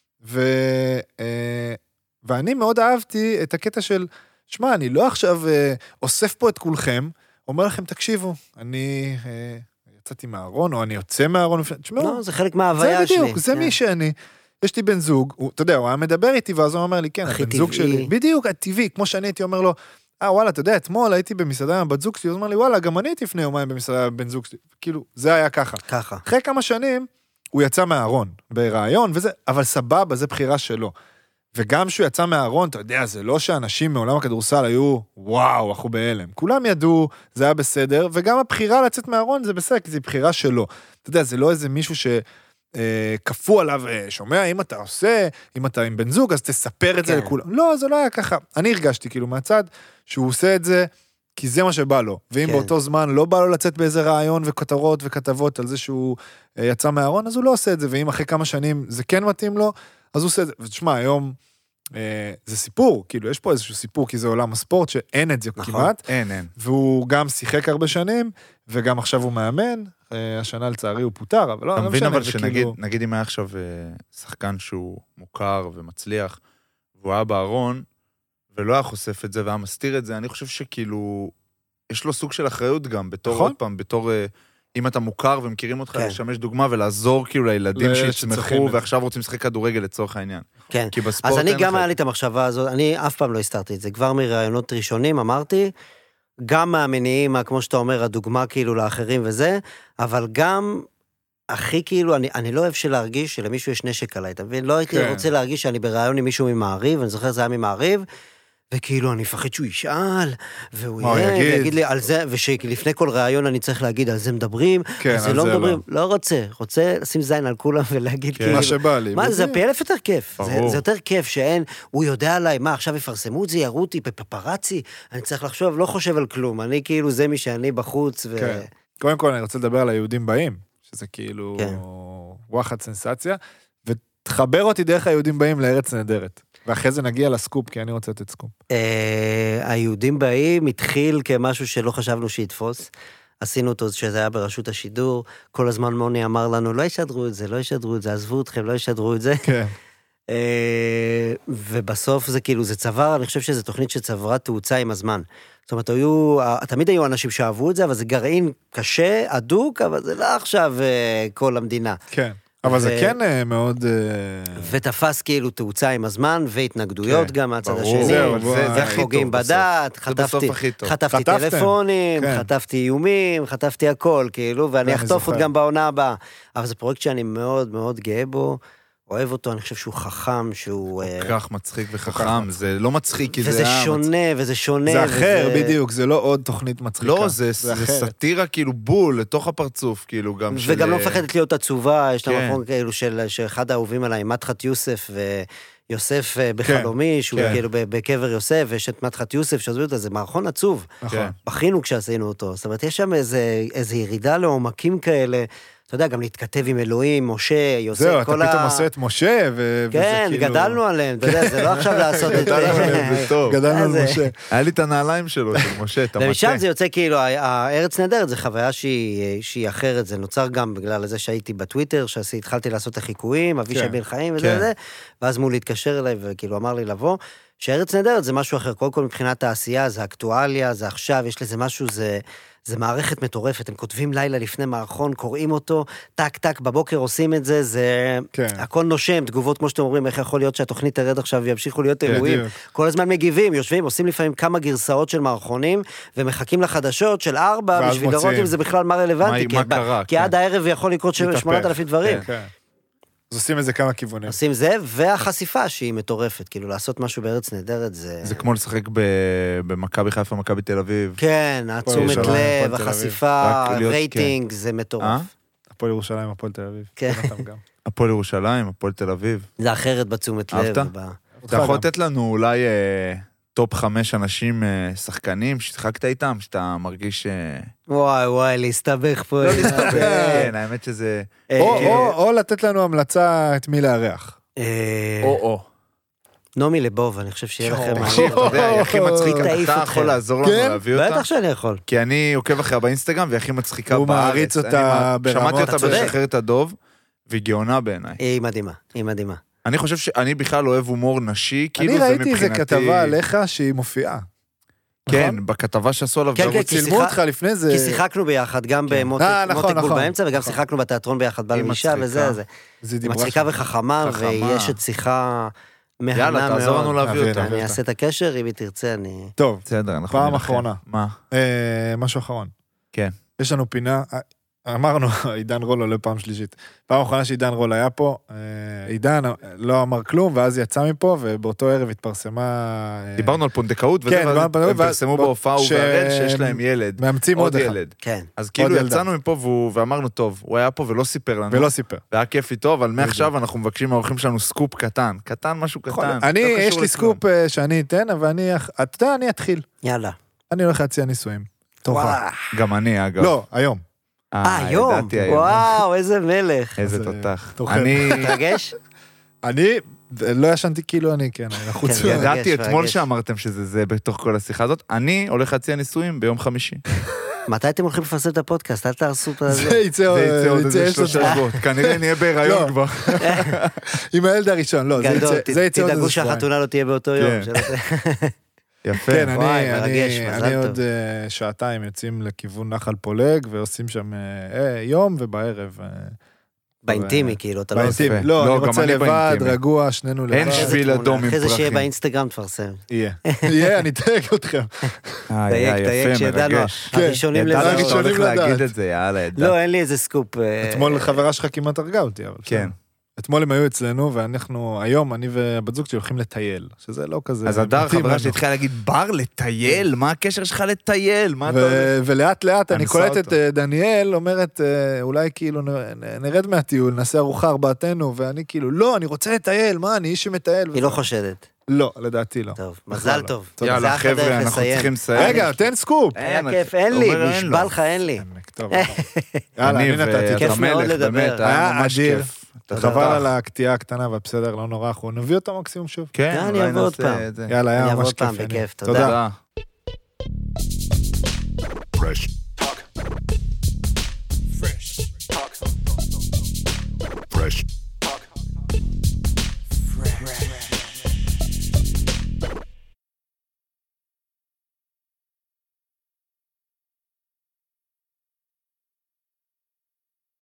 ואני מאוד אהבתי את הקטע של, שמע, אני לא עכשיו אוסף פה את כולכם, אומר לכם, תקשיבו, אני... יצאתי מהארון, או אני יוצא מהארון, תשמעו. לא, זה חלק מההוויה שלי. זה בדיוק, זה מי שאני. יש לי בן זוג, אתה יודע, הוא היה מדבר איתי, ואז הוא אומר לי, כן, הבן זוג שלי. בדיוק, הטבעי, כמו שאני הייתי אומר לו, אה, וואלה, אתה יודע, אתמול הייתי במסעדה עם הבת זוג שלי, הוא אומר לי, וואלה, גם אני הייתי לפני יומיים במסעדה עם בן זוג שלי. כאילו, זה היה ככה. ככה. אחרי כמה שנים, הוא יצא מהארון, ברעיון, וזה, אבל סבבה, זה בחירה שלו. וגם שהוא יצא מהארון, אתה יודע, זה לא שאנשים מעולם הכדורסל היו, וואו, אנחנו בהלם. כולם ידעו, זה היה בסדר, וגם הבחירה לצאת מהארון זה בסדר, כי זה בחירה שלו. אתה יודע, זה לא איזה מישהו שכפו עליו, שומע, אם אתה עושה, אם אתה עם בן זוג, אז תספר את זה לכולם. לא, זה לא היה ככה. אני הרגשתי כאילו מהצד, שהוא עושה את זה, כי זה מה שבא לו. ואם באותו זמן לא בא לו לצאת באיזה רעיון וכותרות וכתבות על זה שהוא יצא מהארון, אז הוא לא עושה את זה. ואם אחרי כמה שנים זה כן מתאים לו, אז הוא עושה את זה. ותשמע, היום אה, זה סיפור, כאילו יש פה איזשהו סיפור, כי זה עולם הספורט שאין את זה נכון, כמעט. אין, אין. והוא גם שיחק הרבה שנים, וגם עכשיו הוא מאמן, אה, השנה לצערי הוא פוטר, אבל לא, אתה לא מבין משנה. אבל שנגיד, כאילו... נגיד אם היה עכשיו אה, שחקן שהוא מוכר ומצליח, והוא היה בארון, ולא היה חושף את זה, והיה מסתיר את זה, אני חושב שכאילו, יש לו סוג של אחריות גם, בתור נכון? עוד פעם, בתור... אה, אם אתה מוכר ומכירים אותך, כן. לשמש דוגמה ולעזור כאילו לילדים שיצמחו ועכשיו רוצים לשחק כדורגל לצורך העניין. כן, אז אני גם היה לי את המחשבה הזאת, אני אף פעם לא הסתרתי את זה, כבר מרעיונות ראשונים אמרתי, גם מהמניעים, כמו שאתה אומר, הדוגמה כאילו לאחרים וזה, אבל גם הכי כאילו, אני, אני לא אוהב שלהרגיש שלמישהו יש נשק עליי, ולא הייתי כן. רוצה להרגיש שאני ברעיון עם מישהו ממעריב, אני זוכר זה היה ממעריב, וכאילו אני מפחד שהוא ישאל, והוא יהיה, ויגיד לי על זה, ושלפני כל רעיון אני צריך להגיד, על זה מדברים, כן, זה לא מדברים, לא. לא רוצה, רוצה לשים זין על כולם ולהגיד כן. כאילו, מה שבא לי. מה, זה פי אלף יותר כיף, זה, זה יותר כיף שאין, הוא יודע עליי, מה, עכשיו יפרסמו את זה, יראו אותי בפפרצי, אני צריך לחשוב, לא חושב על כלום, אני כאילו זה מי שאני בחוץ. ו... כן. קודם כל אני רוצה לדבר על היהודים באים, שזה כאילו, כן. וואחד סנסציה, ותחבר אותי דרך היהודים באים לארץ נהדרת. ואחרי זה נגיע לסקופ, כי אני רוצה לתת סקופ. היהודים באים התחיל כמשהו שלא חשבנו שיתפוס. עשינו אותו שזה היה ברשות השידור, כל הזמן מוני אמר לנו, לא ישדרו את זה, לא ישדרו את זה, עזבו אתכם, לא ישדרו את זה. כן. ובסוף זה כאילו, זה צבר, אני חושב שזו תוכנית שצברה תאוצה עם הזמן. זאת אומרת, היו, תמיד היו אנשים שאהבו את זה, אבל זה גרעין קשה, עדוק, אבל זה לא עכשיו כל המדינה. כן. אבל זה כן מאוד... ותפס כאילו תאוצה עם הזמן, והתנגדויות גם מהצד השני. זה הכי חוגים בדת, חטפתי טלפונים, חטפתי איומים, חטפתי הכל, כאילו, ואני אחטוף עוד גם בעונה הבאה. אבל זה פרויקט שאני מאוד מאוד גאה בו, אוהב אותו, אני חושב שהוא חכם, שהוא... כל כך מצחיק וחכם, זה לא מצחיק, כי זה... וזה שונה, וזה שונה. זה אחר, בדיוק, זה לא עוד תוכנית מצחיקה. לא, זה סטירה כאילו בול, לתוך הפרצוף, כאילו גם של... וגם לא מפחדת להיות עצובה, יש לה מקום כאילו של אחד האהובים עליי, מדחת יוסף ויוסף בחלומי, שהוא כאילו בקבר יוסף, ויש את מדחת יוסף, שעזבו אותה, זה מערכון עצוב. בכינו כשעשינו אותו, זאת אומרת, יש שם איזו ירידה לעומקים כאלה, אתה יודע, גם להתכתב עם אלוהים, משה, יוסף, זהו, אתה פתאום עושה את משה, וזה כאילו... כן, גדלנו עליהם, אתה יודע, זה לא עכשיו לעשות את זה. גדלנו על משה. היה לי את הנעליים שלו, של משה, את המטה. ומשם זה יוצא כאילו, הארץ נהדרת, זה חוויה שהיא אחרת, זה נוצר גם בגלל זה שהייתי בטוויטר, שהתחלתי לעשות את החיקויים, אבישי בן חיים וזה וזה, ואז מול להתקשר אליי, וכאילו אמר לי לבוא, שארץ נהדרת זה משהו אחר, קודם כל מבחינת העשייה, זה אקטואליה, זה עכשיו, יש לזה משהו, זה... זה מערכת מטורפת, הם כותבים לילה לפני מערכון, קוראים אותו, טק טק, בבוקר עושים את זה, זה כן. הכל נושם, תגובות כמו שאתם אומרים, איך יכול להיות שהתוכנית תרד עכשיו וימשיכו להיות אירועים, כל הזמן מגיבים, יושבים, עושים לפעמים כמה גרסאות של מערכונים, ומחכים לחדשות של ארבע, בשביל לראות אם זה בכלל מה רלוונטי, כי, מה קרה, כי כן. עד הערב יכול לקרות שמונת אלפים דברים. כן, כן. אז עושים איזה כמה כיוונים. עושים זה, והחשיפה שהיא מטורפת, כאילו לעשות משהו בארץ נהדרת זה... זה כמו לשחק במכבי חיפה, מכבי תל אביב. כן, התשומת לב, החשיפה, הרייטינג, זה מטורף. הפועל ירושלים, הפועל תל אביב. כן. הפועל ירושלים, הפועל תל אביב. זה אחרת בתשומת לב. אתה יכול לתת לנו אולי טופ חמש אנשים שחקנים ששחקת איתם, שאתה מרגיש... וואי וואי, להסתבך פה. לא להסתבך, כן, האמת שזה... או לתת לנו המלצה את מי לארח. או או. נעמי לבוב, אני חושב שיהיה לכם... תקשיב, אתה יודע, היא הכי מצחיקה, אתה יכול לעזור לנו להביא אותה? בטח שאני יכול. כי אני עוקב אחריה באינסטגרם, והיא הכי מצחיקה בארץ. הוא מעריץ אותה ברמות. שמעתי אותה בשחרר את הדוב, והיא גאונה בעיניי. היא מדהימה, היא מדהימה. אני חושב שאני בכלל אוהב הומור נשי, כאילו זה מבחינתי... אני ראיתי איזה כתבה עליך שהיא מופיעה. כן, בכתבה שעשו עליו... כן, כן, צילמו אותך לפני זה... כי שיחקנו ביחד, גם במותק בול באמצע, וגם שיחקנו בתיאטרון ביחד, בעל מישה וזה, זה. היא מצחיקה וחכמה, ויש את שיחה מהנה מאוד. יאללה, תעזור לנו להביא אותה. אני אעשה את הקשר, אם היא תרצה, אני... טוב, בסדר, פעם אחרונה. מה? משהו אחרון. כן. יש לנו פינה... אמרנו, עידן רול עולה פעם שלישית. פעם אחרונה שעידן רול היה פה, עידן לא אמר כלום, ואז יצא מפה, ובאותו ערב התפרסמה... דיברנו על פונדקאות, והם פרסמו בהופעה ובהראל שיש להם ילד. מאמצים עוד אחד. כן. אז כאילו יצאנו מפה ואמרנו, טוב, הוא היה פה ולא סיפר לנו. ולא סיפר. והיה כיף איתו, אבל מעכשיו אנחנו מבקשים מהאורחים שלנו סקופ קטן. קטן, משהו קטן. אני, יש לי סקופ שאני אתן, אבל אני, אתה יודע, אני אתחיל. יאללה. אני הולך להציע נישואים. גם אני, אגב. לא, היום. אה, היום? וואו, איזה מלך. איזה תותח. אני... מתרגש? אני לא ישנתי כאילו אני, כן, לחוץ. ידעתי אתמול שאמרתם שזה זה בתוך כל השיחה הזאת. אני הולך להציע נישואים ביום חמישי. מתי אתם הולכים לפרסם את הפודקאסט? אל תעשו את זה. זה יצא עוד איזה שלושה שבועות. כנראה נהיה בהיריון כבר. עם הילד הראשון, לא, זה יצא עוד איזה שבועיים. תדאגו שהחתונה לא תהיה באותו יום. יפה. כן, אני עוד שעתיים יוצאים לכיוון נחל פולג, ועושים שם יום ובערב. באינטימי, כאילו, אתה לא עושה. לא, אני רוצה לבד, רגוע, שנינו לבד. אין שביל אדום עם פרחים. אחרי זה שיהיה באינסטגרם תפרסם. יהיה. יהיה, אני תייג אתכם. תייג, תייג, שידענו. הראשונים לדעת. ידענו שאתה הולך להגיד את זה, יאללה, ידע. לא, אין לי איזה סקופ. אתמול חברה שלך כמעט הרגה אותי, אבל כן. אתמול הם היו אצלנו, ואנחנו, היום, אני והבת זוג שלי הולכים לטייל, שזה לא כזה... אז הדר, חברה שלי התחילה להגיד, בר, לטייל? מה הקשר שלך לטייל? ולאט לאט אני קולט את דניאל, אומרת, אולי כאילו נרד מהטיול, נעשה ארוחה ארבעתנו, ואני כאילו, לא, אני רוצה לטייל, מה, אני איש שמטייל. היא לא חושדת. לא, לדעתי לא. טוב, מזל טוב. יאללה, חבר'ה, אנחנו צריכים לסיים. רגע, תן סקופ. היה כיף, אין לי, נשבע לך, אין לי. יאללה, אני נתתי. כיף מאוד לדבר. היה ממש כיף. חבל על הקטיעה הקטנה והבסדר, לא נורא, אנחנו נביא אותה מקסימום שוב. כן, אני אבוא עוד פעם. יאללה, היה ממש כיף. אני אבוא עוד פעם, בכיף, תודה. תודה.